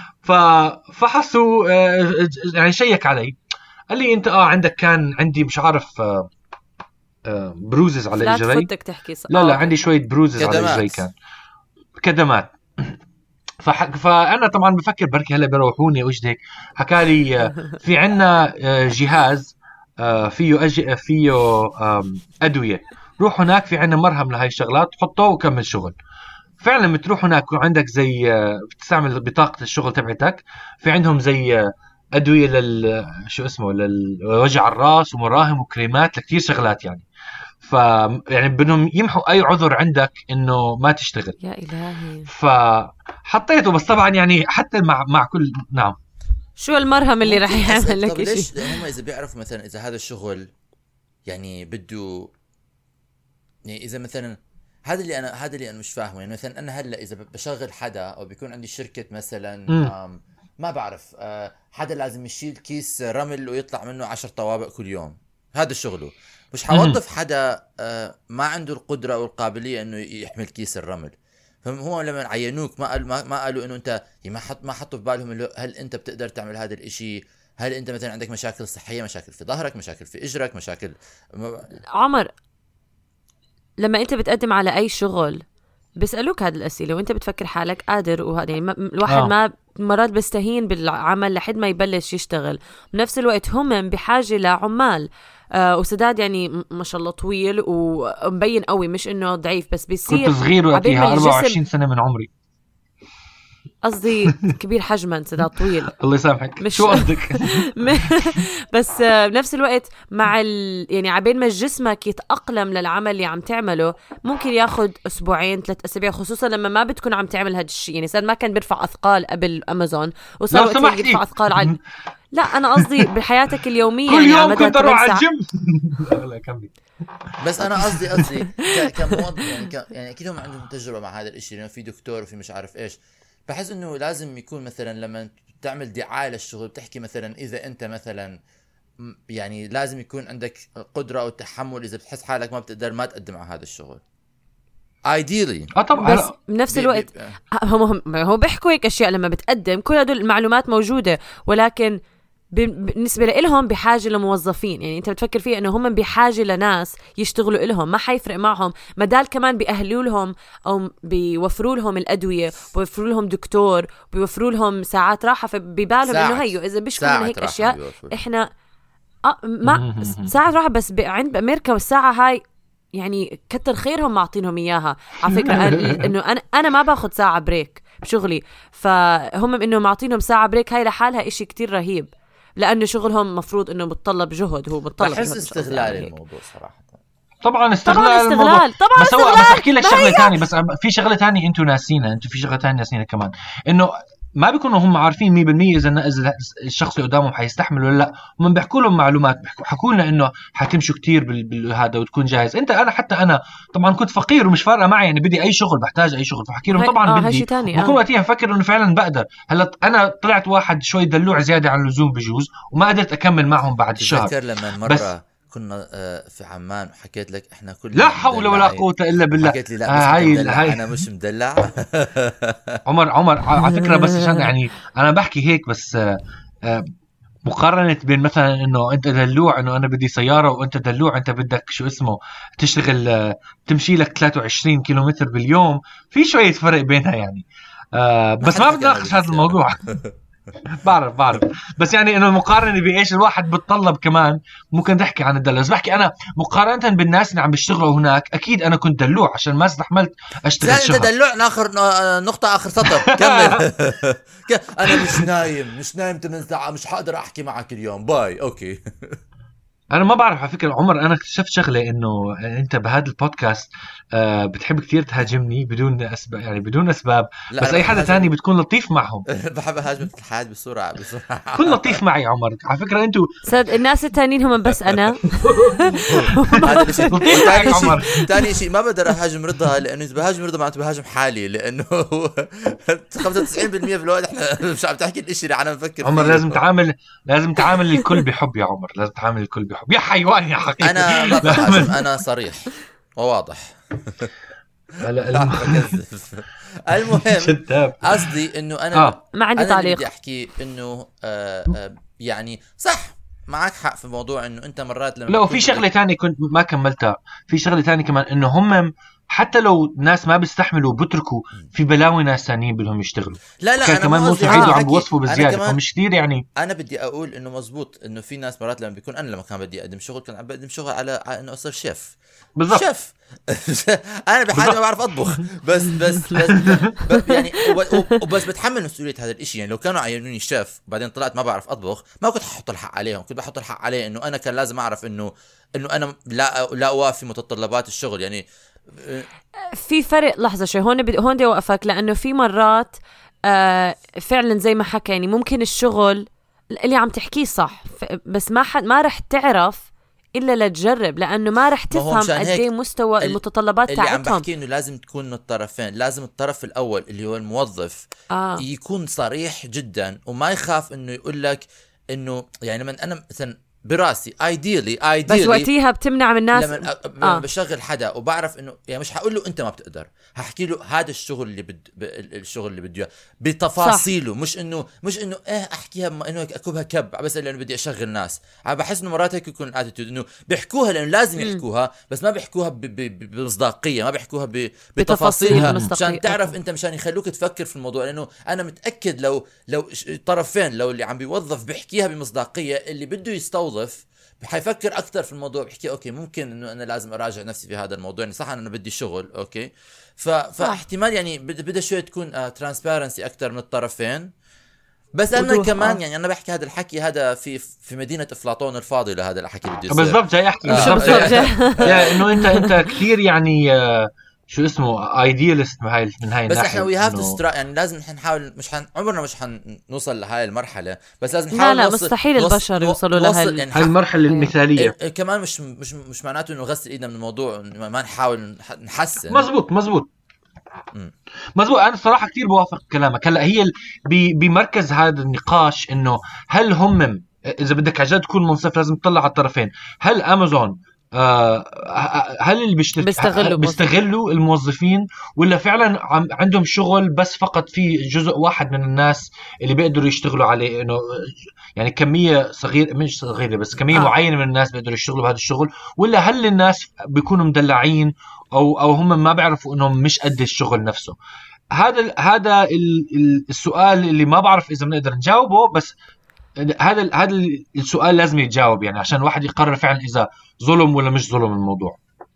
ففحصوا يعني شيك علي قال لي انت اه عندك كان عندي مش عارف آه بروزز على اجري. لا لا عندي شويه بروزز على اجري كان كدمات. فح... فانا طبعا بفكر بركي هلا بيروحوني وش هيك. حكى لي في عنا جهاز فيه أج... فيه ادويه. روح هناك في عنا مرهم لهي الشغلات حطه وكمل شغل. فعلا بتروح هناك وعندك زي بتستعمل بطاقه الشغل تبعتك في عندهم زي ادويه لل شو اسمه للوجع الراس ومراهم وكريمات لكثير شغلات يعني. ف يعني بدهم يمحوا اي عذر عندك انه ما تشتغل. يا الهي. فحطيته بس طبعا يعني حتى مع مع كل نعم. شو المرهم اللي راح يعمل لك شيء؟ ليش هم اذا بيعرفوا مثلا اذا هذا الشغل يعني بده يعني اذا مثلا هذا اللي انا هذا اللي انا مش فاهمه، يعني مثلا انا هلا اذا بشغل حدا او بيكون عندي شركه مثلا ما بعرف آه حدا لازم يشيل كيس رمل ويطلع منه عشر طوابق كل يوم، هذا شغله. مش حوظف حدا آه ما عنده القدره او القابليه انه يحمل كيس الرمل. فهو لما عينوك ما قال ما, ما قالوا انه انت ما حط ما حطوا في بالهم هل انت بتقدر تعمل هذا الاشي، هل انت مثلا عندك مشاكل صحيه، مشاكل في ظهرك، مشاكل في اجرك، مشاكل م... عمر لما انت بتقدم على اي شغل بيسألوك هذه الأسئلة وانت بتفكر حالك قادر، وهذا يعني الواحد آه. ما مرات بيستهين بالعمل لحد ما يبلش يشتغل. بنفس الوقت هم بحاجة لعمال آه وسداد يعني ما شاء الله طويل ومبين قوي، مش انه ضعيف بس بيصير. كنت صغير وقتها أربعة وعشرين سنة من عمري، قصدي كبير حجما سداد طويل الله يسامحك. مش شو قصدك؟ بس بنفس الوقت مع ال... يعني عبين ما جسمك يتأقلم للعمل اللي عم تعمله ممكن ياخد أسبوعين ثلاث أسابيع، خصوصا لما ما بتكون عم تعمل هذا الشيء. يعني سداد ما كان بيرفع أثقال قبل أمازون وصار وقت يرفع أثقال على لا أنا قصدي بحياتك اليومية كل يوم كنت أروح على الجيم. بس أنا قصدي قصدي كموظف يعني ك... يعني أكيد هم عندهم تجربة مع هذا الشيء، لأنه في دكتور وفي مش عارف إيش. بحس إنه لازم يكون مثلا لما تعمل دعاية للشغل بتحكي مثلا إذا أنت مثلا يعني لازم يكون عندك قدرة أو تحمل، إذا بتحس حالك ما بتقدر ما تقدم على هذا الشغل ideally. اه طبعا. بس بنفس الوقت هم هو بيحكوا هيك أشياء لما بتقدم، كل هدول المعلومات موجودة، ولكن بالنسبة لهم بحاجة لموظفين. يعني انت بتفكر فيه انه هم بحاجة لناس يشتغلوا لهم، ما حيفرق معهم مدال كمان بيأهلوا لهم او بيوفروا لهم الأدوية، بيوفروا لهم دكتور، بيوفروا لهم ساعات راحة. فبيبالهم انه هيو اذا بيشكوا من هيك اشياء احنا اه ما ساعات راحة. بس عند بأمريكا والساعة هاي يعني كتر خيرهم معطينهم اياها على فكرة. انه انا انا ما باخد ساعة بريك بشغلي، فهم انه معطينهم ساعة بريك هاي لحالها اشي كتير رهيب، لأنه شغلهم مفروض إنه بتطلب جهد. هو بتطلب بحس استغلال الموضوع صراحة. طبعا استغلال, طبعا استغلال. طبعا بس استغلال. بس أحكي لك شغلة تانية، بس في شغلة تانية أنتوا ناسينها. أنتوا في شغلة تانية ناسينها كمان، إنه ما بيكونوا هم عارفين مية بالمية إذا إذا الشخص اللي قدامهم حيستحمل ولا لا. هم بيحكوا لهم معلومات، حكوا لنا إنه حتمشوا كتير بالهذا وتكون جاهز. أنت أنا حتى أنا طبعا كنت فقير ومش فارقة معي، يعني بدي أي شغل، بحتاج أي شغل، فحكي لهم طبعا آه بدي. بكون وقتها فكر إنه فعلا بقدر. هلا أنا طلعت واحد شوي دلوع زيادة عن اللزوم بجوز، وما قدرت أكمل معهم بعد الشهر. تذكر لما مرة كنا في عمان وحكيت لك احنا كلنا لا حول ولا قوة إلا بالله. حكيت لي لا مش هاي مدلع هاي. أنا مش مدلع. عمر عمر على فكرة بس عشان يعني أنا بحكي هيك بس مقارنة بين مثلا إنه أنت دلوع إنه أنا بدي سيارة، وأنت دلوع أنت بدك شو اسمه تشتغل تمشي لك ثلاثة وعشرين كيلومتر باليوم، في شوية فرق بينها يعني. آه بس ما بدي أناقش هذا الموضوع. بعرف بعرف بس يعني انه المقارنه بايش الواحد بتطلب كمان ممكن تحكي عن الدلع. بس بحكي انا مقارنه بالناس اللي عم بيشتغلوا هناك، اكيد انا كنت دلوع عشان ما استحملت اشتغل شهر. انت دلوع اخر نقطه اخر سطر كمل. انا مش نايم مش نايم ثمان ساعات، مش حقدر احكي معك اليوم، باي اوكي. انا ما بعرف على فكره عمر، انا اكتشفت شغله انه انت بهذا البودكاست آه بتحب كتير تهاجمني بدون اسباب، يعني بدون اسباب. بس اي حدا تاني بتكون لطيف معهم. بحب اهاجمك في الحياه بسرعه بسرعه. كن لطيف معي عمر على فكره. انتوا صد الناس التانيين هم بس انا. هذا الشيء ثاني شيء ثاني شيء ما بقدر اهاجم رضا، لانه اذا بهاجم رضا معناته بهاجم حالي، لانه خمسة وتسعين بالمية في الوقت احنا مش عم تحكي الاشي اللي انا بفكر عمر فيه. لازم تعامل لازم تعامل الكل بحب يا عمر، لازم تعامل الكل بحب يا حيوان يا حقيقي. انا ما بهاجم، انا صريح وواضح. لا المهم قصدي انه انا آه. ما عندي تعليق. بدي احكي انه آه آه يعني صح معك حق في موضوع انه انت مرات لما لو في شغله ثانيه كنت ما كملتها، في شغله ثانيه كمان انه هم حتى لو ناس ما بيستحملوا بتركوا، في بلاوي ناس ثانيين بدهم يشتغلوا. لا لا كان أنا كمان مو سعيد وعم بوصفوا بزياده، فمش كثير يعني. انا بدي اقول انه مزبوط انه في ناس مرات لما بيكون انا لما كان بدي اقدم شغل كان عم بقدم شغل على, على انه اصير شيف بالضبط. شيف انا بحاجه ما بعرف اطبخ بس بس بس يعني وبس بتحمل مسؤوليه هذا الاشي. يعني لو كانوا عينوني شيف وبعدين طلعت ما بعرف اطبخ ما كنت ححط الحق عليهم، كنت بحط الحق عليه انه انا كان لازم اعرف انه انه انا لا لا اوافي متطلبات الشغل. يعني في فرق. لحظه شوي هون بدي هون بدي اوقفك، لانه في مرات آه فعلا زي ما حكى، يعني ممكن الشغل اللي عم تحكيه صح، بس ما حد ما رح تعرف الا لتجرب، لانه ما رح ما هو تفهم مشان قد هيك ايه مستوى ال- المتطلبات اللي عم تاعتهم. بحكي انه لازم تكون من الطرفين، لازم الطرف الاول اللي هو الموظف آه. يكون صريح جدا وما يخاف انه يقول لك انه يعني من انا مثلا براسي ايديلي بس ايديلي وقتها بتمنع من الناس. لما أ- لما آه. بشغل حدا وبعرف انه يعني مش هقول له انت ما بتقدر، هحكي له هذا الشغل اللي بد ب- الشغل اللي بده إياه بتفاصيله، مش انه مش انه ايه احكيها م- انه اكبها كب بس لانه بدي اشغل ناس. عم بحس انه مرات هيك يكون الاتيتيود انه بيحكوها لانه لازم يحكوها بس ما بيحكوها ب- ب- بمصداقيه، ما بيحكوها ب- بتفاصيلها بمصداقية. مشان تعرف انت، مشان يخلوك تفكر في الموضوع. لانه انا متاكد لو لو ش- طرفين، لو اللي عم بيوظف بيحكيها بمصداقيه، اللي بده يستوظف حيفكر اكثر في الموضوع، بحكي اوكي ممكن انه انا لازم اراجع نفسي في هذا الموضوع، يعني صح انا بدي شغل اوكي. ف... فاحتمال يعني بد- بدها شويه تكون ترانسبيرنسي اكثر من الطرفين. بس انا وضوح، كمان آه. يعني انا بحكي هذا الحكي هذا في في مدينه افلاطون الفاضله، هذا الحكي بده يصير بالضبط جاي احكي آه. بالضبط بالضبط. يعني انه انت انت كثير يعني آه، شو اسمه ايديالست من هاي من هاي بس الناحيه. احنا وي هاف إنه- تو يعني لازم نحن نحاول، مش حن عمرنا مش حنوصل لهاي المرحله، بس لازم لا نحاول لا نوصل مستحيل نوصل- البشر نو- يوصلوا نوصل لهال يعني هاي المرحله المثاليه. إيه كمان مش مش مش معناته انه نغسل ايدنا من الموضوع، ما ما نحاول نح- نحسن. مزبوط مزبوط مم. مزبوط انا صراحه كثير بوافق كلامك. هلا هي ال- ب- بمركز هذا النقاش انه هل هم، اذا بدك عن جد تكون منصف لازم تطلع على الطرفين. هل امازون آه هل اللي بيشتغل بيستغلوا بيستغلوا الموظفين، ولا فعلا عم عندهم شغل بس فقط في جزء واحد من الناس اللي بيقدروا يشتغلوا عليه، انه يعني كميه صغيره مش صغيره بس كميه آه. آه. معينه من الناس بيقدروا يشتغلوا بهذا الشغل، ولا هل الناس بيكونوا مدلعين او او هم ما بيعرفوا انهم مش قد الشغل نفسه؟ هذا ال هذا ال ال السؤال اللي ما بعرف اذا بنقدر نجاوبه، بس هذا ال هذا السؤال لازم يتجاوب يعني عشان الواحد يقرر فعلا اذا ظلم ولا مش ظلم الموضوع.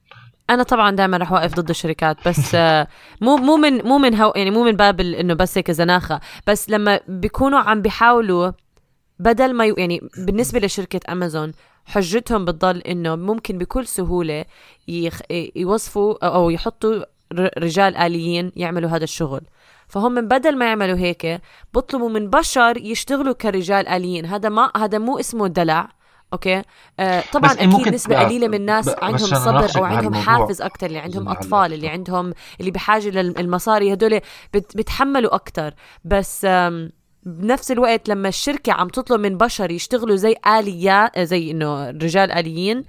انا طبعا دائما رح اوقف ضد الشركات، بس آه، مو مو من مو من هو يعني مو من باب ال- انه بس هيك زناخه، بس لما بيكونوا عم بيحاولوا بدل ما ي... يعني بالنسبه لشركه امازون حجتهم بتضل انه ممكن بكل سهوله يخ... يوظفوا او يحطوا ر- رجال آليين يعملوا هذا الشغل. فهم من بدل ما يعملوا هيك بطلبوا من بشر يشتغلوا كرجال آليين. هذا ما هذا مو اسمه دلع. اوكي آه طبعا بس اكيد ممكن نسبه ب- قليله من الناس ب- عندهم بس أنا صبر ناقصك او عندهم بهالموضوع. حافز اكتر، اللي عندهم زين اطفال هلا. اللي عندهم اللي بحاجه للمصاري هدول بت بتحملوا اكتر. بس آم، بنفس الوقت لما الشركه عم تطلب من بشر يشتغلوا زي آليات، زي انه رجال آليين،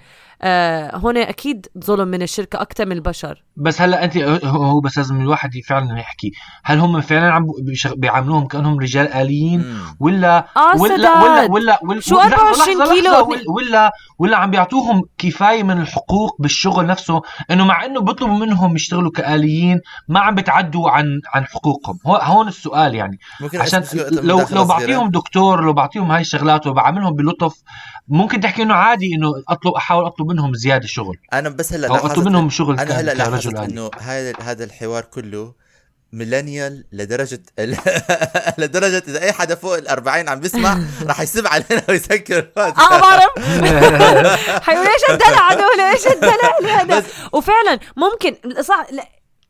آه هون اكيد ظلم من الشركه اكتر من البشر. بس هلا انت هو بس لازم الواحد فعلا يحكي هل هم فعلا عم بيشغ- بيعاملوهم كانهم رجال آليين، مم. ولا اه ولا سداد. ولا ولا, ولا شو لحظة- أربعة وعشرين لحظة- كيلو؟ لحظة، ولا, ولا ولا عم بيعطوهم كفايه من الحقوق بالشغل نفسه، انه مع انه بيطلبوا منهم يشتغلوا كآليين ما عم بتعدوا عن عن حقوقهم. هو هون السؤال يعني ممكن عشان أسأل سؤال- لو مداخلة لو صغيرة؟ بعطيهم دكتور، لو بعطيهم هاي الشغلات وبعاملهم بلطف، ممكن تحكي انه عادي انه اطلب احاول اطلب منهم زياده شغل انا بس هلا او اطلب منهم شغل انا هلا ك- لاحظت كرجل آلي. انه هذا هذا الحوار كله ميلينيال لدرجه ال... لدرجه اذا اي حدا فوق الأربعين عم بيسمع راح يسب علينا ويسكر. اه بعرف حيقول ايش الدلع هدول، ايش الدلع هذا. وفعلا ممكن صح. لا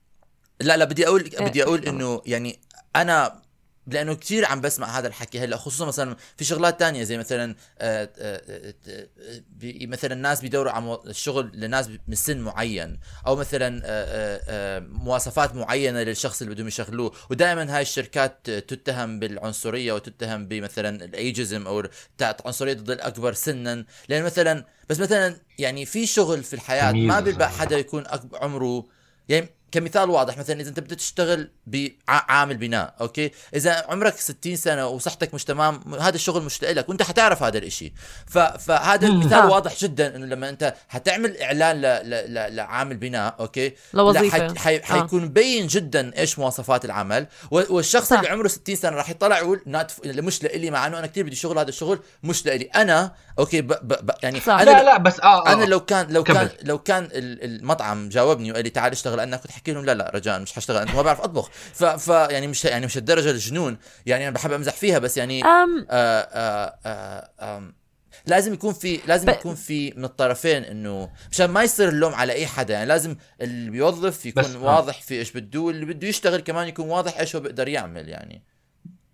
لا لا بدي اقول بدي اقول انه يعني انا لانه كثير عم بسمع هذا الحكي هلا، خصوصا مثلا في شغلات تانية زي مثلا آآ آآ آآ مثلا الناس بيدوروا على الشغل لناس من سن معين، او مثلا آآ آآ مواصفات معينه للشخص اللي بدهم يشغلوه، ودائما هاي الشركات تتهم بالعنصريه وتتهم بمثلا الايجيزم او عنصريه ضد الاكبر سنا. لان مثلا بس مثلا يعني في شغل في الحياه ما بيبقى حدا يكون عمره يعني كمثال واضح، مثلا اذا انت بدك تشتغل بعامل بناء اوكي، اذا عمرك ستين سنه وصحتك مش تمام هذا الشغل مش لك وانت حتعرف هذا الاشي. فهذا المثال آه. واضح جدا انه لما انت حتعمل اعلان ل... ل... ل... لعامل بناء اوكي لوظيفه حي... حي... حيكون مبين جدا ايش مواصفات العمل، و... والشخص صح. اللي عمره ستين سنه راح يطلع يقول نات مش لإلي، مع انه انا كتير بدي شغل هذا الشغل مش لإلي انا اوكي ب... ب... ب... يعني صح. انا لا لا بس اه, آه. انا لو كان لو كمل. كان لو كان المطعم جاوبني وقال لي تعال اشتغل، انا كنت احكي لهم لا لا رجاء مش هشتغل، انت ما بعرف اطبخ. ف... ف يعني مش يعني مش الدرجه الجنون، يعني انا بحب امزح فيها بس يعني أم... آه آه آه آه لازم يكون في لازم ب... يكون في من الطرفين، انه مشان ما يصير اللوم على اي حدا. يعني لازم اللي بيوظف يكون واضح في ايش بده، واللي بده يشتغل كمان يكون واضح ايش هو بيقدر يعمل. يعني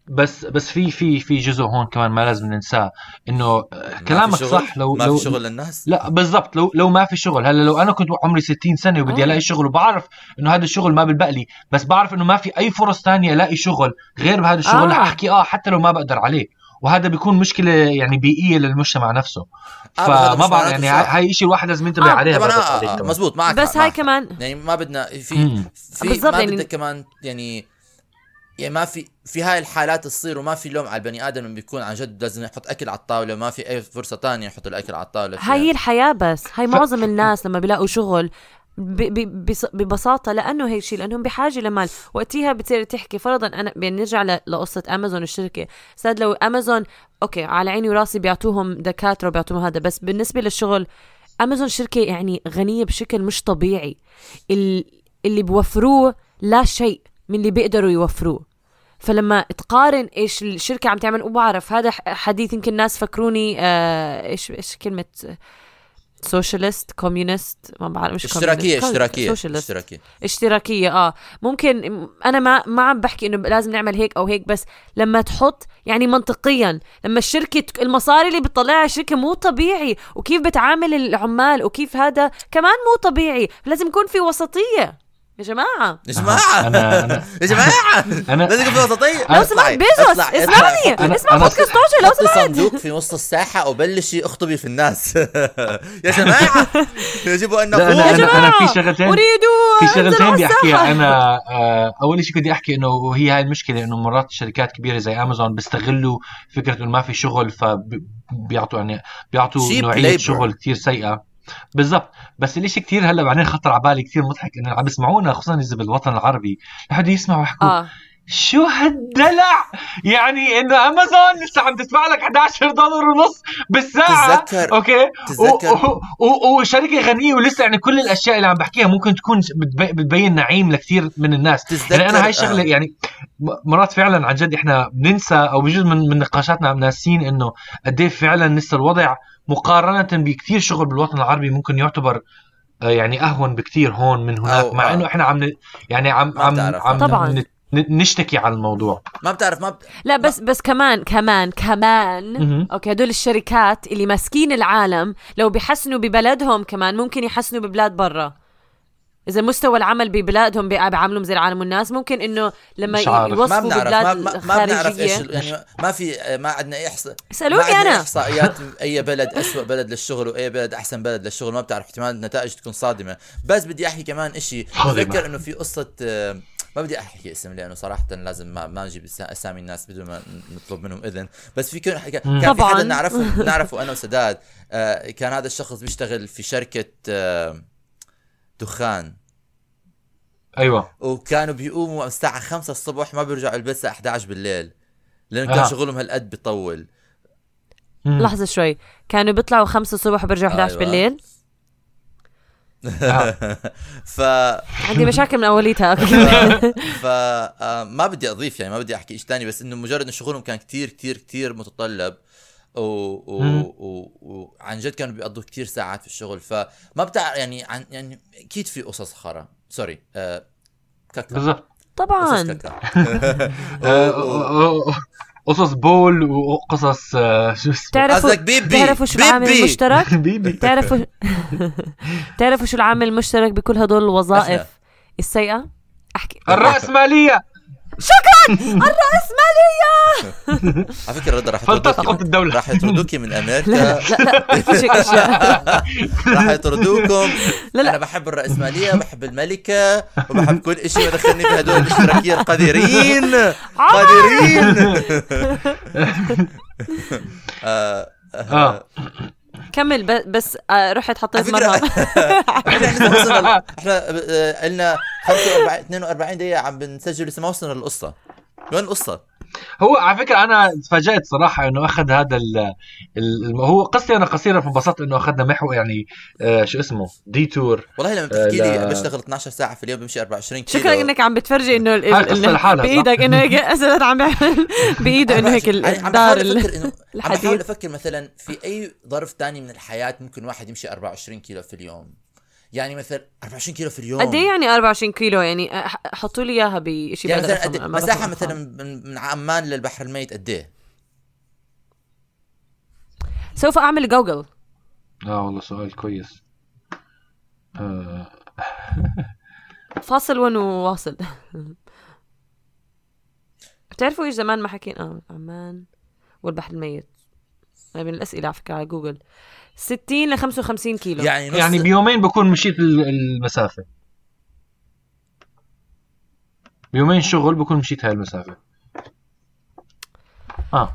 بس بس في في في جزء هون كمان ما لازم ننساه، انه كلامك صح. لو ما لو في شغل للناس، لا بالضبط، لو لو ما في شغل. هلا لو انا كنت عمري ستين سنه وبدي آه. الاقي شغل وبعرف انه هذا الشغل ما بالبقلي، بس بعرف انه ما في اي فرص تانية الاقي شغل غير بهذا الشغل، رح آه. احكي اه حتى لو ما بقدر عليه. وهذا بيكون مشكله يعني بيئيه للمجتمع نفسه. آه، بس هذا فما مش بعرف معناته يعني صح. هاي شيء الواحد لازم ينتبه آه، عليها. طبعا بعد آه عليه آه كمان. مزبوط معك بس معك هاي كمان يعني ما بدنا في مم. في بالضبط ما يعني- بدنا كمان يعني يعني ما في في هاي الحالات تصير، وما في لوم على البني ادم انه بيكون عن جد لازم يحط اكل على الطاوله، ما في اي فرصه تانية يحط الاكل على الطاوله فيها. هاي هي الحياة. بس هاي ف- معظم الناس لما بيلاقوا شغل ب- ب- بص- ببساطة لأنه هيك شيء، لأنهم بحاجة لمال. وقتها بتصير تحكي فرضا أنا يعني نرجع ل- لقصة أمازون الشركة. ساد لو أمازون أوكي على عيني وراسي بيعطوهم دكاترة وبيعطوهم هذا، بس بالنسبة للشغل أمازون شركة يعني غنية بشكل مش طبيعي. ال- اللي بوفروه لا شيء من اللي بيقدروا يوفروه. فلما تقارن ايش الشركة عم تعمل، وبعرف هذا ح- حديث يمكن ناس فكروني آه ايش ايش كلمة سوشيالست كوميونست، ما بعرف مش اشتراكيه communist. اشتراكيه Socialist. اشتراكيه اشتراكية اه ممكن. انا ما ما عم بحكي انه لازم نعمل هيك او هيك، بس لما تحط يعني منطقيا، لما الشركة المصاري اللي بتطلعها الشركة مو طبيعي، وكيف بتعامل العمال وكيف هذا كمان مو طبيعي، لازم يكون في وسطية يا جماعة. يا جماعه أنا أنا يا جماعه أنا لازم يكون في وسطيه. لو سمحت بيزوس اسمعني، أنا- اسمع أنا- بودكاست توشي لو حطي سمحت. صندوق في وسط الساحه وبلشي اخطبي في الناس. يا جماعه يجب ان لا، نقول أنا, يا أنا, أنا جماعة في شغلتين أريد في أنزل شغلتين على بدي احكيها. الساحة. انا آه، اول شيء بدي احكي انه وهي هاي المشكله، انه مرات شركات كبيره زي امازون بيستغلوا فكره انه ما في شغل، فبيعطوا يعني بيعطوا Cheap نوعيه labor. شغل كتير سيئه. بالضبط. بس الاشي كتير هلا بعدين خطر على بالي كتير مضحك، انه عم بيسمعونا خصوصا اذا بالوطن العربي لحد يسمعوا يحكوا اه شو هالدلع، يعني انه امازون لسه عم تدفع لك احد عشر دولار ونص بالساعه. تتذكر- اوكي تتذكر- و- و- وشركه غنيه ولسه يعني كل الاشياء اللي عم بحكيها ممكن تكون بتبي- بتبين نعيم لكثير من الناس. تتذكر- يعني انا هاي الشغله آه. يعني م- مرات فعلا عن جد احنا بننسى، او بجوز من من نقاشاتنا عم ناسين انه قد ايه فعلا لسه الوضع مقارنه بكثير شغل بالوطن العربي ممكن يعتبر آه، يعني اهون بكثير هون من هناك، أو- مع آه. انه احنا عم ن- يعني عم ما عم بتعرف. عم طبعاً. ن- ن- نشتكي على الموضوع. ما بتعرف ما بت... لا بس بس كمان كمان كمان مهم. اوكي هدول الشركات اللي ماسكين العالم لو بيحسنوا ببلدهم كمان ممكن يحسنوا ببلاد برا. اذا مستوى العمل ببلادهم بي- بيعاملهم زي العالم والناس، ممكن انه لما مش عارف. ما يوصفوا بنعرف ببلاد ما, ما, ما بنعرف ايش الخارجية. يعني ما في ما عندنا احصاء اسألوني ما عندنا أنا. احصائيات اي بلد أسوأ بلد للشغل واي بلد احسن بلد للشغل. ما بتعرف، احتمال النتائج تكون صادمه. بس بدي احكي كمان اشي، صادمة. بتذكر انه في قصه آه، ما بدي احكي اسم لانه صراحه لازم ما, ما نجيب اسا- اسامي الناس بدون ما نطلب منهم اذن. بس في كان كان في طبعاً. حدا نعرفه نعرفه انا وسداد. آه، كان هذا الشخص بيشتغل في شركه آه، دخان، ايوه وكانوا بيقوموا الساعة خمسة الصبح ما بيرجعوا البيت الساعة أحد عشر بالليل، لأنه كان آه. شغلهم هالقد بيطول. مم. لحظة شوي، كانوا بيطلعوا خمسة الصبح وبرجعوا أحد عشر أيوة. بالليل. ف عندي مشاكل من أوليتها. ف آه، ما بدي أضيف يعني ما بدي أحكي إيش تاني، بس إنه مجرد إنه شغلهم كان كتير كتير كتير متطلب، و... و... و... وعن جد كانوا بيقضوا كتير ساعات في الشغل. فما بتعرف يعني عن يعني أكيد في قصص خرا سوري آه... كاكا بالضبط. قصص طبعا كاكا. آه، قصص بول وقصص آه، شو اسمه تعرفوا قصدك بيبي تعرفوا شو العامل بيبي. المشترك؟ بيبي. تعرفوا تعرفوا شو العامل المشترك بكل هدول الوظائف أشنا. السيئة؟ أحكي الرأسمالية. الرأسمالية. على فكرة رضا راح فلتسقط يطردوكي الدولة. راح يطردوكي من أمريكا. لا لا فيش هيك أشياء. راح يطردوكم. لا لا. انا بحب الرأسمالية وبحب الملكة وبحب كل اشي، ما دخلني في هدول الاشتراكية القذرين قذرين. آه، اه كمل ب- بس آه، رحت حطيت على مرهم. احنا لسه ما وصلنا، احنا آه، قلنا خمسة وأربعين اثنين وأربعين دقيقة عم بنسجل لسه ما وصلنا للقصة. وين القصة؟ هو على فكرة أنا تفاجأت صراحة إنه أخذ هذا ال ال هو قصتي أنا قصيرة، فانبسطت إنه أخذنا محور يعني آه شو اسمه ديتور. والله لما بتحكي لي لا. بشتغل اثنعش ساعة في اليوم بمشي أربعة وعشرين كيلو. شكرا انك عم بتفرجي انه ال- هاي ال- قصة لحالها، صح؟ بايدك انه هيك اسئله عم بيعمل بايده انه هيك يعني عم الدار بحاول ال- افكر انه عم بحاول الحديد. افكر مثلا في اي ظرف تاني من الحياة ممكن واحد يمشي أربعة وعشرين كيلو في اليوم. يعني مثلا أربعة وعشرين كيلو في اليوم. قد ايه يعني أربعة وعشرين كيلو؟ يعني حطوا لي اياها بشيء يعني مثلا مساحه مثلا من عمان للبحر الميت قد ايه؟ سوف اعمل جوجل. اه والله سؤال كويس. آه. فاصل ونواصل. بتعرفوا ايش زمان ما حكينا؟ اه عمان والبحر الميت من الاسئله على فكره على جوجل. ستين لخمسة وخمسين كيلو، يعني نص... يعني بيومين بكون مشيت المسافه، بيومين شغل بكون مشيت هاي المسافه. اه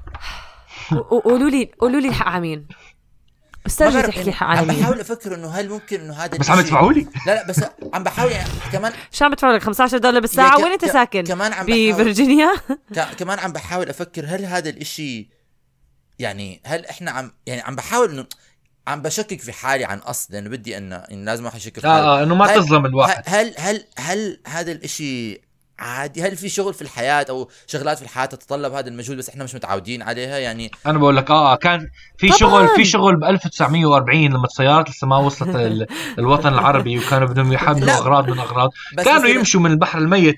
قولوا لي قولوا لي الحق عمين استرجع تحكي الحق عمين. عم بحاول افكر انه هل ممكن انه هذا بس عم تدفعوا لي؟ لا لا بس عم بحاول يعني كمان شو عم بدفعوا لك؟ خمسة عشر دولار بالساعه. وين انت ساكن؟ بفرجينيا. كمان عم بحاول افكر هل هذا الاشي يعني هل احنا عم يعني عم بحاول انه عم بشكك في حالي عن قصد، لانه بدي ان إن لازم واحد يشكك في حاله. اه انه ما تظلم الواحد. هل هل هل هذا الاشي عادي؟ هل في شغل في الحياة او شغلات في الحياة تتطلب هذا المجهود بس احنا مش متعودين عليها؟ يعني انا بقول لك اه كان في طبعاً. شغل في شغل ب ألف وتسعمية وأربعين لما السيارات لسه ما وصلت الوطن العربي وكانوا بدهم يحملوا اغراض من اغراض، كانوا يمشوا من البحر الميت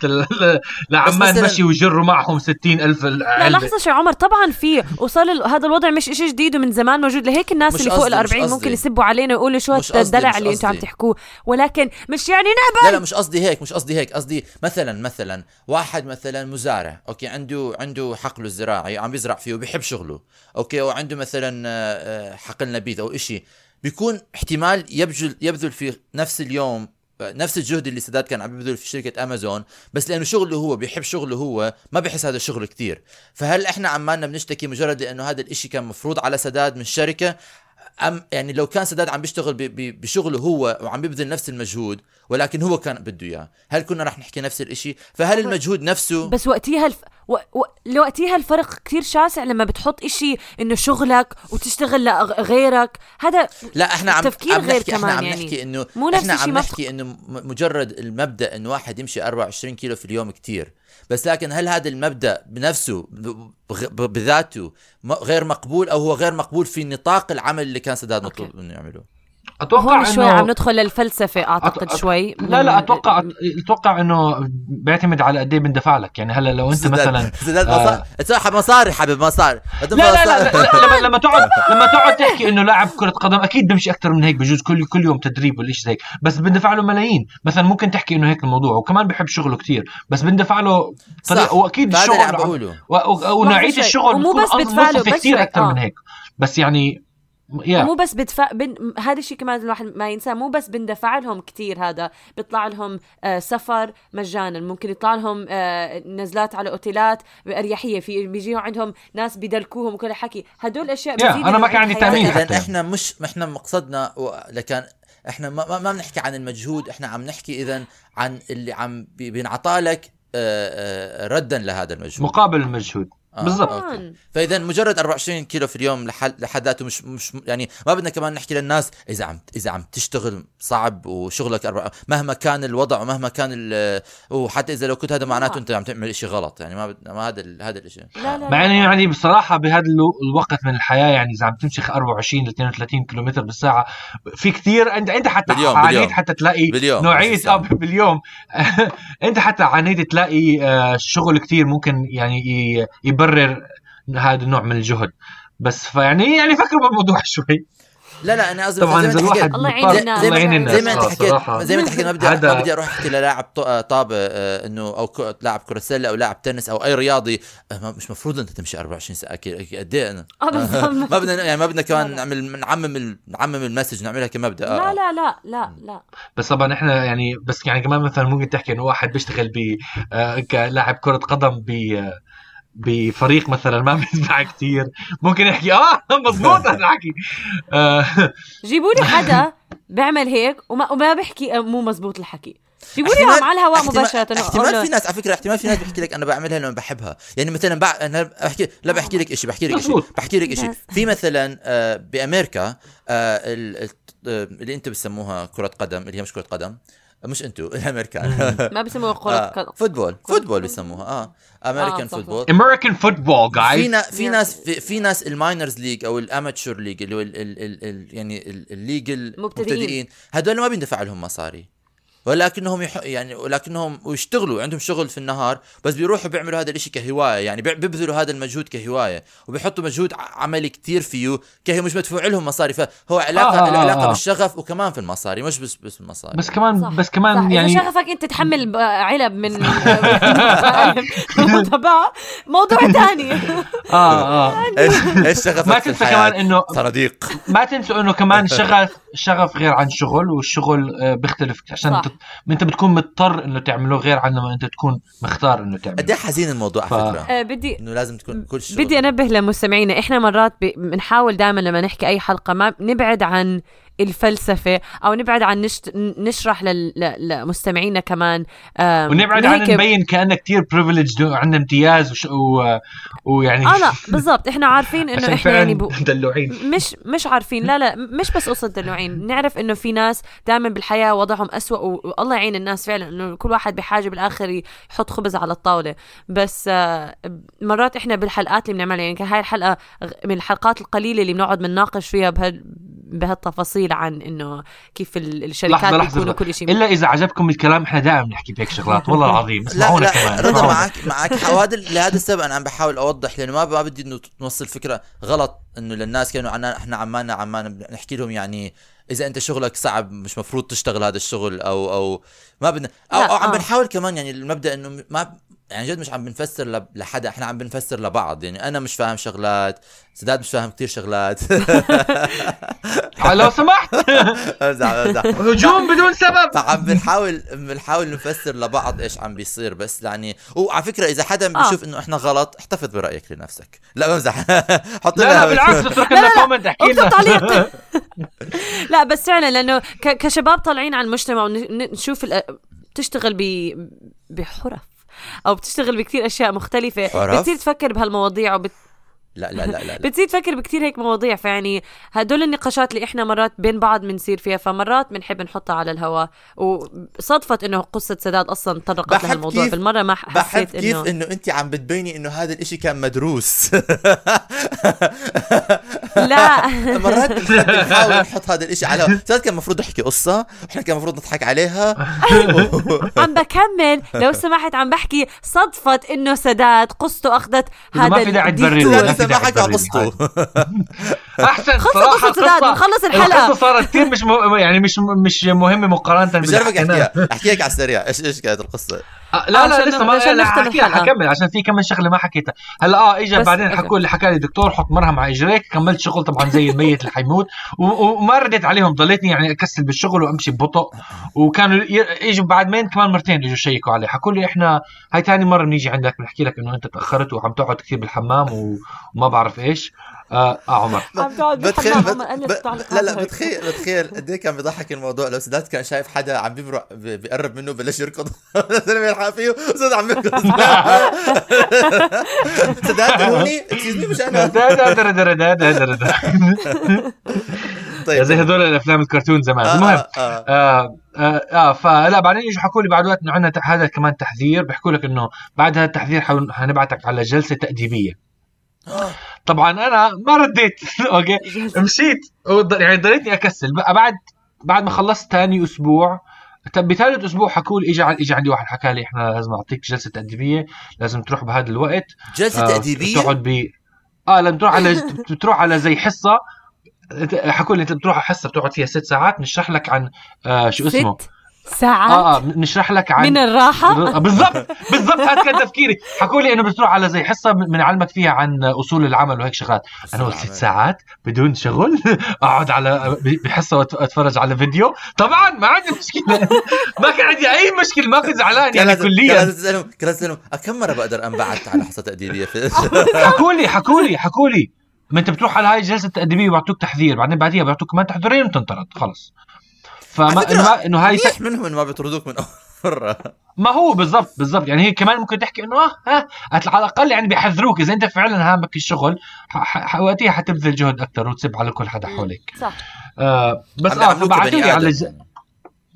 لعمان مشي ويجروا معهم ستين ألف علبة. لا لحظة شو عمر، طبعا في وصل هذا الوضع مش إشي جديد ومن زمان موجود، لهيك الناس اللي فوق الأربعين ممكن يسبوا علينا ويقولوا شو الدلع اللي انتوا عم تحكوه، ولكن مش يعني نقبل. لا لا مش قصدي هيك، مش قصدي هيك، قصدي مثلا مثلا واحد مثلا مزارع اوكي عنده عنده حقله الزراعي عم بيزرع فيه وبيحب شغله اوكي، وعنده مثلا حقل نبيذ او إشي، بيكون احتمال يبذل يبذل في نفس اليوم نفس الجهد اللي سداد كان عم بيبذل في شركة أمازون، بس لأنه شغله هو بيحب شغله هو ما بيحس هذا الشغل كتير. فهل احنا عمالنا بنشتكي مجرد لأنه هذا الإشي كان مفروض على سداد من الشركة، أم يعني لو كان سداد عم بيشتغل بشغله هو وعم بيبذل نفس المجهود ولكن هو كان بده اياه، هل كنا رح نحكي نفس الاشي؟ فهل المجهود نفسه بس وقتها الف... و... و... وقتها الفرق كتير شاسع لما بتحط اشي انه شغلك وتشتغل لغيرك، هذا لا احنا عم تفكير عم غير نحكي كمان. احنا عم يعني نحكي انه احنا عم نحكي انه مجرد المبدأ انه واحد يمشي أربعة وعشرين كيلو في اليوم كتير، بس لكن هل هذا المبدأ بنفسه بذاته غير مقبول او هو غير مقبول في نطاق العمل اللي كان سداد مطلوب انه يعمله؟ اتوقع انه شوي عم ندخل للفلسفه اعتقد أت... شوي. لا لا اتوقع اتوقع انه بيعتمد على قد ايه بندفع لك. يعني هلا لو انت سداد. مثلا سداد آه... صاحب مصاري حبيب مصاري. لا لا لا, لا, لا لما لما تقعد لما تقعد تحكي انه لاعب كره قدم اكيد بمشي اكثر من هيك، بجوز كل كل يوم تدريب ولا شيء هيك، بس بندفع له ملايين. مثلا ممكن تحكي انه هيك الموضوع، وكمان بحب شغله كتير بس بندفع له طريقه، واكيد الشغل ونوعيه الشغل مو بس بدفع له كثير اكثر آه. من هيك، بس يعني yeah. مو بس بدفع بن... هذا الشيء كمان الواحد ما ينسى، مو بس بندفع لهم كتير، هذا بيطلع لهم آه سفر مجانا، ممكن يطلع لهم آه نزلات على اوتيلات بأريحية، في بيجيهم عندهم ناس بدلكوهم وكل حكي هدول اشياء yeah. انا ما كان عندي تامين. احنا مش احنا مقصدنا و... لكن احنا ما ما بنحكي عن المجهود، احنا عم نحكي اذا عن اللي عم بينعطالك آه آه ردا لهذا المجهود مقابل المجهود. آه بالضبط. فاذا مجرد أربعة وعشرين كيلو في اليوم لحد ذاته مش مش يعني ما بدنا كمان نحكي للناس اذا عم اذا عم تشتغل صعب وشغلك أربعة مهما كان الوضع ومهما كان وحتى اذا لو كنت هذا معناته انت عم تعمل شيء غلط. يعني ما بدنا ما هذا هذا الشيء. مع انه يعني بصراحه بهذا الوقت من الحياه يعني اذا عم تمشي أربعة وعشرين ل اثنين وثلاثين كيلومتر بالساعه في كتير. انت انت حتى باليوم عانيت باليوم. حتى تلاقي باليوم. نوعيه اب باليوم انت حتى عانيت تلاقي شغل كتير ممكن يعني يبرر هذا النوع من الجهد. بس فيعني يعني فكروا بالموضوع شوي. لا لا انا قصدي طبعا زي ما حكيت الله يعيننا زي, زي, زي ما انت حكيت صراحة. زي ما انت حكيت ما بدي ما بدي اروح احكي للاعب طابه آه انه او لاعب كره سله او لاعب تنس او اي رياضي آه مش مفروض انت تمشي أربعة وعشرين ساعه قد ايه انا ما بدنا يعني ما بدنا كمان نعمل نعمم نعمم المسج نعملها كمبدا لا لا لا لا لا بس طبعا احنا يعني بس يعني كمان مثلا ممكن تحكي انه واحد بيشتغل ب آه كلاعب كره قدم ب بفريق مثلا ما بيدفع كتير، ممكن يحكي اه مزبوط هذا الحكي. آه جيبوا لي حدا بيعمل هيك وما وما بيحكي مو مزبوط الحكي، جيبوا لي على الهواء مباشره. احتمال في ناس على فكره احتمال في ناس بيحكي لك انا بعملها لما بحبها. يعني مثلا بع... انا بحكي لا بحكي لك شيء بحكي لك شيء بحكي لك شيء في مثلا آه بامريكا آه اللي انت بتسموها كره قدم اللي هي مش كره قدم مش انتو الامريكان ما بيسموها كرة آه فوتبول فوتبول بيسموها اه امريكان فوتبول امريكان فوتبول جايز. في نا في ناس في, في ناس الماينرز ليج او الاماتشور ليج اللي هو ال ال ال ال يعني الليج المبتدئين هذول ما بيندفع لهم مصاري ولكنهم يح... يعني ولكنهم ويشتغلوا عندهم شغل في النهار بس بيروحوا بيعملوا هذا الاشي كهواية يعني بيبذلوا هذا المجهود كهواية وبيحطوا مجهود عملي كتير فيه كهي مش مدفوع لهم مصاري فهو علاقة آه العلاقة آه. بالشغف وكمان في المصاري مش بس بس المصاري بس كمان صح. بس كمان صح. يعني إذا شغفك أنت تحمل علب من تبع موضوع تاني اه اه ايش ايش شغفك ما تنسى كمان انه صناديق ما تنسوا انه كمان شغف شغف غير عن شغل والشغل بيختلف عشان صح. انت انت بتكون مضطر انه تعمله غير عن لما انت تكون مختار انه تعمله. قد ايه حزين الموضوع ف... على فكره آه بدي انه لازم تكون كل شغل. بدي انبه لمستمعينا احنا مرات بنحاول دائما لما نحكي اي حلقه ما نبعد عن الفلسفة أو نبعد عن نشت... نشرح لل... لمستمعينا كمان ونبعد عن نبين كأنه كتير privileged وعندنا امتياز وش... و... ويعني آه لا بالضبط إحنا عارفين إنه إحنا يعني ب... دلوعين مش مش عارفين لا لا مش بس قصة دلوعين نعرف إنه في ناس دائما بالحياة وضعهم أسوأ و... والله يعين الناس فعلا إنه كل واحد بحاجة بالآخر يحط خبز على الطاولة بس آه مرات إحنا بالحلقات اللي بنعملها يعني هاي الحلقة من الحلقات القليلة اللي بنقعد بنناقش فيها بها بهالتفاصيل عن انه كيف الشركات بيكونوا كل شيء الا اذا عجبكم الكلام احنا دائما بنحكي بهيك شغلات والله العظيم اسمعونا كمان رضا معك معك وهذا لهذا السبب انا عم بحاول اوضح لانه ما ما بدي انه توصل فكره غلط انه للناس كانوا عنا احنا عمالنا عمالنا نحكي لهم يعني اذا انت شغلك صعب مش مفروض تشتغل هذا الشغل او او ما بدنا او, أو عم بنحاول كمان يعني المبدا انه ما يعني جد مش عم بنفسر لحدا احنا عم بنفسر لبعض يعني انا مش فاهم شغلات سداد مش فاهم كتير شغلات لو سمحت امزح امزح هجوم بدون سبب فعم بنحاول بنحاول نفسر لبعض ايش عم بيصير بس يعني وعلى فكره اذا حدا بيشوف انه احنا غلط احتفظ برايك لنفسك لا بمزح حط لنا لا بالعكس اترك لنا كومنت احكي لنا تعليق لا بس فعلا لانه كشباب طالعين على المجتمع ونشوف تشتغل بحرف او بتشتغل بكتير اشياء مختلفه بتصير تفكر بهالمواضيع وبت... لا لا لا لا بتصير تفكر بكتير هيك مواضيع فيعني هدول النقاشات اللي احنا مرات بين بعض بنصير فيها فمرات بنحب نحطها على الهواء وصدفت انه قصه سداد اصلا طرقت لهالموضوع بالمره ما حسيت انه كيف انه انت عم بتبيني انه هذا الاشي كان مدروس لا مرات بنحاول نحط هذا الاشي على سداد كان المفروض نحكي قصه واحنا كان المفروض نضحك عليها عم بكمل لو سمحت عم بحكي صدفت انه سداد قصته اخذت هذا ما في داعي تبرر ما حكى قصته احسن صراحه قصه نخلص الحلقه صارت كثير مش م... يعني مش مش مهمه مقارنه مش عارف احكيها احكيك على السريع ايش ايش كانت القصه آه لا لا لسه ما لا احكيها حكمل عشان في كم شغله ما حكيتها هلا اه اجى بعدين حكوا لي حكى لي دكتور حط مرهم على اجريك كملت شغل طبعا زي الميت اللي حيموت وما رديت عليهم ضليتني يعني اكسل بالشغل وامشي ببطء وكانوا يجوا بعد مين كمان مرتين اجوا شيكوا علي حكوا لي احنا هاي ثاني مره بنيجي عندك بنحكي لك انه انت تاخرت وعم تقعد كثير بالحمام وما بعرف ايش اه, آه عمر بتخيل بت... ب... لا لا بتخيل بتخيل قد ايه كان بيضحك الموضوع لو سداد كان شايف حدا عم بيمرق بيقرب منه بلش يركض سلمي يلحق فيه وسداد عم يركض سداد هوني اكسكيوز مي مش انا طيب زي هذول الافلام الكرتون زمان المهم اه اه, آه, آه فلا بعدين يجوا حكوا لي بعد وقت انه عندنا هذا كمان تحذير بيحكوا لك انه بعد هذا التحذير حنبعتك على جلسه تأديبيه طبعا انا ما رديت اوكي مشيت يعني ضليتني اكسل بعد بعد ما خلصت ثاني اسبوع بثالث اسبوع حكوا لي اجى اجى عندي واحد حكى لي احنا لازم نعطيك جلسه تأديبيه لازم تروح بهذا الوقت جلسه آه تأديبيه تقعد ب اه لازم تروح على تروح على زي حصه حكوا لي انت بتروح حصه بتقعد فيها ست ساعات نشرح لك عن آه شو اسمه ساعات اه اه نشرح لك عن من الراحه بالضبط بالضبط هذا كان تفكيري حكوا لي انه بتروح على زي حصه بنعلمك فيها عن اصول العمل وهيك شغلات انا قلت ست ساعات بدون شغل اقعد على بحصه واتفرج على فيديو طبعا ما عندي مشكله ما كان عندي اي مشكله ما كنت زعلان يعني كليا كان اسالهم كان اسالهم كم مره بقدر انبعث على حصه تأديبيه حكوا لي حكوا لي حكوا لي ما انت بتروح على هاي الجلسه التأديبيه وبيعطوك تحذير بعدين بعديها بيعطوك كمان تحذيرين وتنطرد خلص فما انه انه هاي صح منهم انه ما بيطردوك من اول مره ما هو بالضبط بالضبط يعني هي كمان ممكن تحكي انه ها على الاقل يعني بيحذروك اذا انت فعلا هامك الشغل وقتها حتبذل جهد اكثر وتسب على كل حدا حولك صح آه بس اه فبعثوا لي على ج...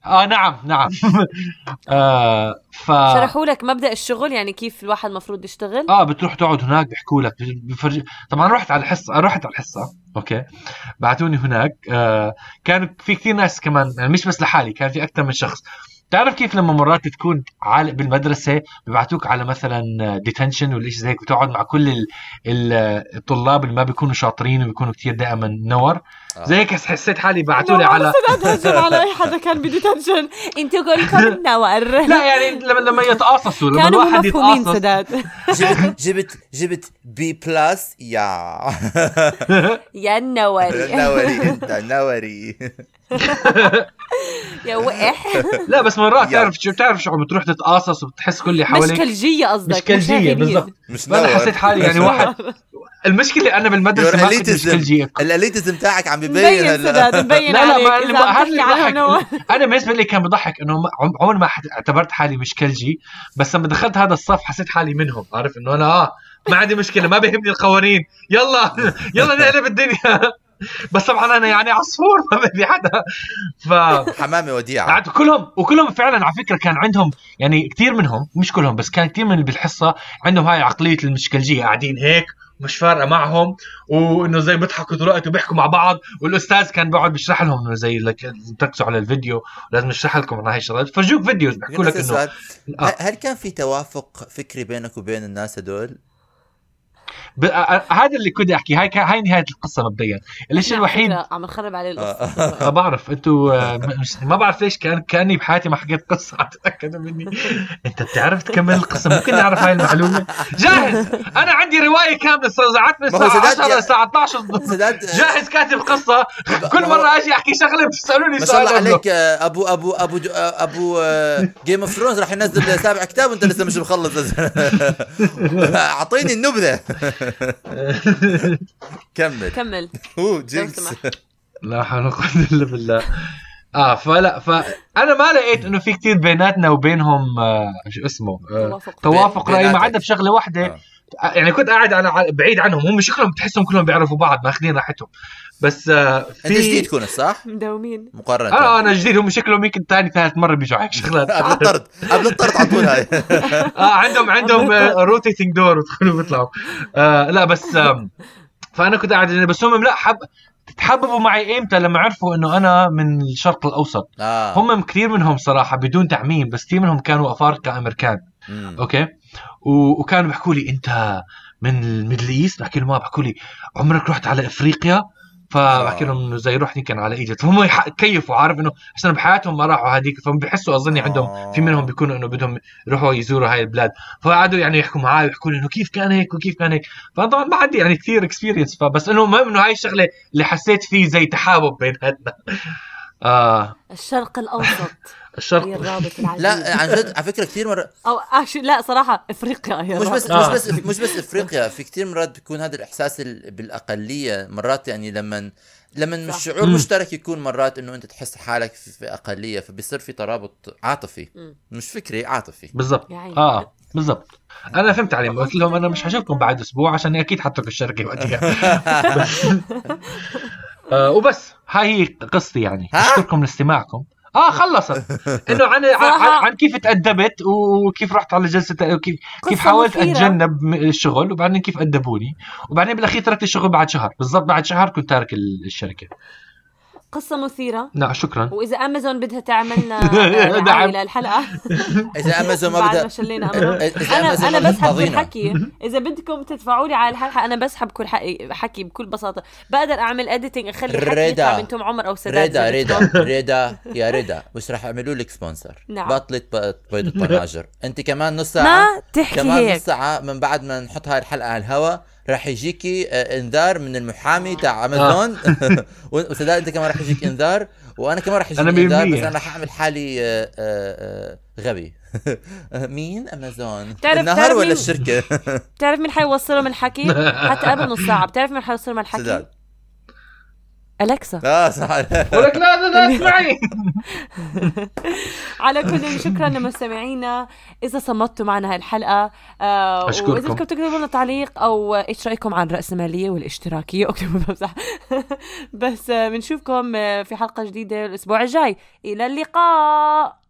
اه نعم نعم. آه ف شرحوا لك مبدأ الشغل يعني كيف الواحد مفروض يشتغل؟ اه بتروح تقعد هناك بيحكوا لك بفرج... طبعا رحت على الحصه رحت على الحصه اوكي بعتوني هناك. آه كان في كثير ناس كمان يعني مش بس لحالي كان في اكثر من شخص. تعرف كيف لما مرات تكون عال بالمدرسه بيبعتوك على مثلا ديتنشن ولا شيء زي هيك بتقعد مع كل ال... ال... الطلاب اللي ما بيكونوا شاطرين وبيكونوا كثير دائما نور زي هيك حسيت حالي بعتوا لي على هجم على اي حدا كان بديتنشن انتوا كلكم نور. لا يعني لما لما يتقاصصوا لما كانوا الواحد مفهومين يتقاصص سداد. جبت جبت جبت بي بلس يا يا نوري نوري انت نوري يا وقح. لا بس مرات تعرف شو بتعرف شو عم بتروح تتقاصص وبتحس كل اللي حواليك مشكلجية قصدك مشكلجية بالضبط. فأنا حسيت حالي يعني واحد المشكلة أنا بالمدرسة ما كنت مشكلجية. الاليتزم تاعك عم بيبين مبين سداد مبين لا لا عليك ما هذا اللي بضحك. أنا بالنسبة لي كان بضحك إنه عمر ما اعتبرت حالي مشكلجي بس لما دخلت هذا الصف حسيت حالي منهم عارف إنه أنا آه ما عندي مشكلة ما بيهمني القوانين يلا يلا نقلب الدنيا. بس طبعا انا يعني عصفور ما في حدا ف حمامه وديعه كلهم وكلهم فعلا على فكره كان عندهم يعني كثير منهم مش كلهم بس كان كثير من اللي بالحصه عندهم هاي عقليه المشكلجيه قاعدين هيك مش فارقه معهم وانه زي بيضحكوا طول الوقت وبيحكوا مع بعض والاستاذ كان بيقعد بيشرح لهم انه زي لك تركزوا على الفيديو لازم اشرح لكم عن هاي الشغلات فرجوك فيديوز بيحكوا لك انه آه. هل كان في توافق فكري بينك وبين الناس هدول؟ ب... هذا اللي كنت احكي هاي ك... هاي نهايه القصه مبدئيا الشيء الوحيد عم نخرب عليه القصه. ما بعرف انتوا مش... ما بعرف ليش كان كاني بحياتي ما حكيت قصه تتاكدوا مني. انت بتعرف تكمل القصه ممكن نعرف هاي المعلومه جاهز. انا عندي روايه كامله ساعات من الساعه عشرة للساعه اثنا عشر جاهز كاتب قصه. كل مره اجي احكي شغله بتسالوني سؤال. ما شاء الله عليك ابو ابو ابو ابو جيم اوف ثرونز راح ينزل سابع كتاب وانت لسه مش مخلص. اعطيني النبذه. كمل كمل هو جينكس. لا حول ولا قوة إلا بالله. اه فلا فانا ما لقيت انه في كتير بيناتنا وبينهم آه شو اسمه آه توافق, توافق راي ما عدا بشغله واحده. آه. يعني كنت قاعد على بعيد عنهم هم شكلهم بتحسهم كلهم بيعرفوا بعض ماخذين راحتهم بس آه في انت جديد كون صح مداومين مقارنه. اه انا جديد هم شكلهم يمكن ثاني ثالث مره بيجوا هيك شغلات قبل الطرد قبل الطرد على طول هاي. اه عندهم عندهم روتيتنج دور ويدخلوا ويطلعوا. آه لا بس آه فانا كنت قاعد بس هم لا حب تحببوا معي امتى لما عرفوا انه انا من الشرق الاوسط. آه. هم كثير منهم صراحه بدون تعميم بس كثير منهم كانوا افارقه امريكان. مم. اوكي و... وكانوا بيحكوا لي انت من الميدل ايست بحكي لهم ما بحكوا لي عمرك رحت على افريقيا فبحكي لهم زي رحت يمكن على ايجيبت فهم يكيفوا عارف انه عشان بحياتهم ما راحوا هذيك فهم بيحسوا اظني عندهم في منهم بيكونوا انه بدهم يروحوا يزوروا هاي البلاد فقعدوا يعني يحكوا معي ويحكوا لي انه كيف كان هيك وكيف كان هيك. فطبعا ما عندي يعني كثير اكسبيرينس فبس انه المهم انه هاي الشغله اللي حسيت فيه زي تحابب بيناتنا. آه الشرق الاوسط الشرق لا عن جد على فكره كثير مرات او أش... لا صراحه افريقيا مش بس آه. مش بس مش بس افريقيا في كثير مرات بيكون هذا الاحساس بالاقليه مرات يعني لما لما الشعور مشترك يكون مرات انه انت تحس حالك في اقليه فبيصير في ترابط عاطفي م. مش فكري عاطفي بالضبط. اه بالضبط انا فهمت عليهم قلت لهم انا مش هشوفكم بعد اسبوع عشان اكيد حترك الشركه وقتها. آه وبس هاي هي قصتي يعني اشكركم لاستماعكم. اه خلصت انه عن عن كيف تأدبت وكيف رحت على جلسه وكيف كيف حاولت اتجنب الشغل وبعدين كيف أدبوني وبعدين بالاخير تركت الشغل بعد شهر بالضبط بعد شهر كنت تارك الشركه. قصة مثيرة. لا شكرا. وإذا أمازون بدها تعملنا دعاية للحلقة إذا أمازون ما بدها أنا أنا بسحب كل حكي إذا بدكم تدفعوا لي على الحلقة أنا بسحب كل حكي حكي بكل بساطة بقدر أعمل إديتنج أخلي حكي يطلع من توم عمر أو سداد. رضا رضا رضا يا رضا مش رح يعملوا لك سبونسر. نعم. بطلت بيض الطناجر أنت كمان نص ساعة ما تحكي كمان هيك. نص ساعة من بعد ما نحط هاي الحلقة على الهواء راح يجيكي انذار من المحامي تاع امازون. وسداد انت كمان راح يجيك انذار وانا كمان راح يجيك انذار بس انا راح اعمل حالي آآ آآ غبي. مين امازون النهار ولا الشركه؟ بتعرف مين حيوصلهم الحكي حتى قبل نص ساعه؟ بتعرف مين حيوصلهم الحكي؟ سداد. أليكسا. اه صح. ولك لا لا اسمعي. على كل شكرا لمستمعينا إذا صمتوا معنا هاي الحلقة. آه أشكركم. وإذا بدكم تكتبوا لنا تعليق أو إيش رأيكم عن الرأسمالية والاشتراكية اكتبوا بمزح. بس بنشوفكم في حلقة جديدة الأسبوع الجاي. إلى اللقاء.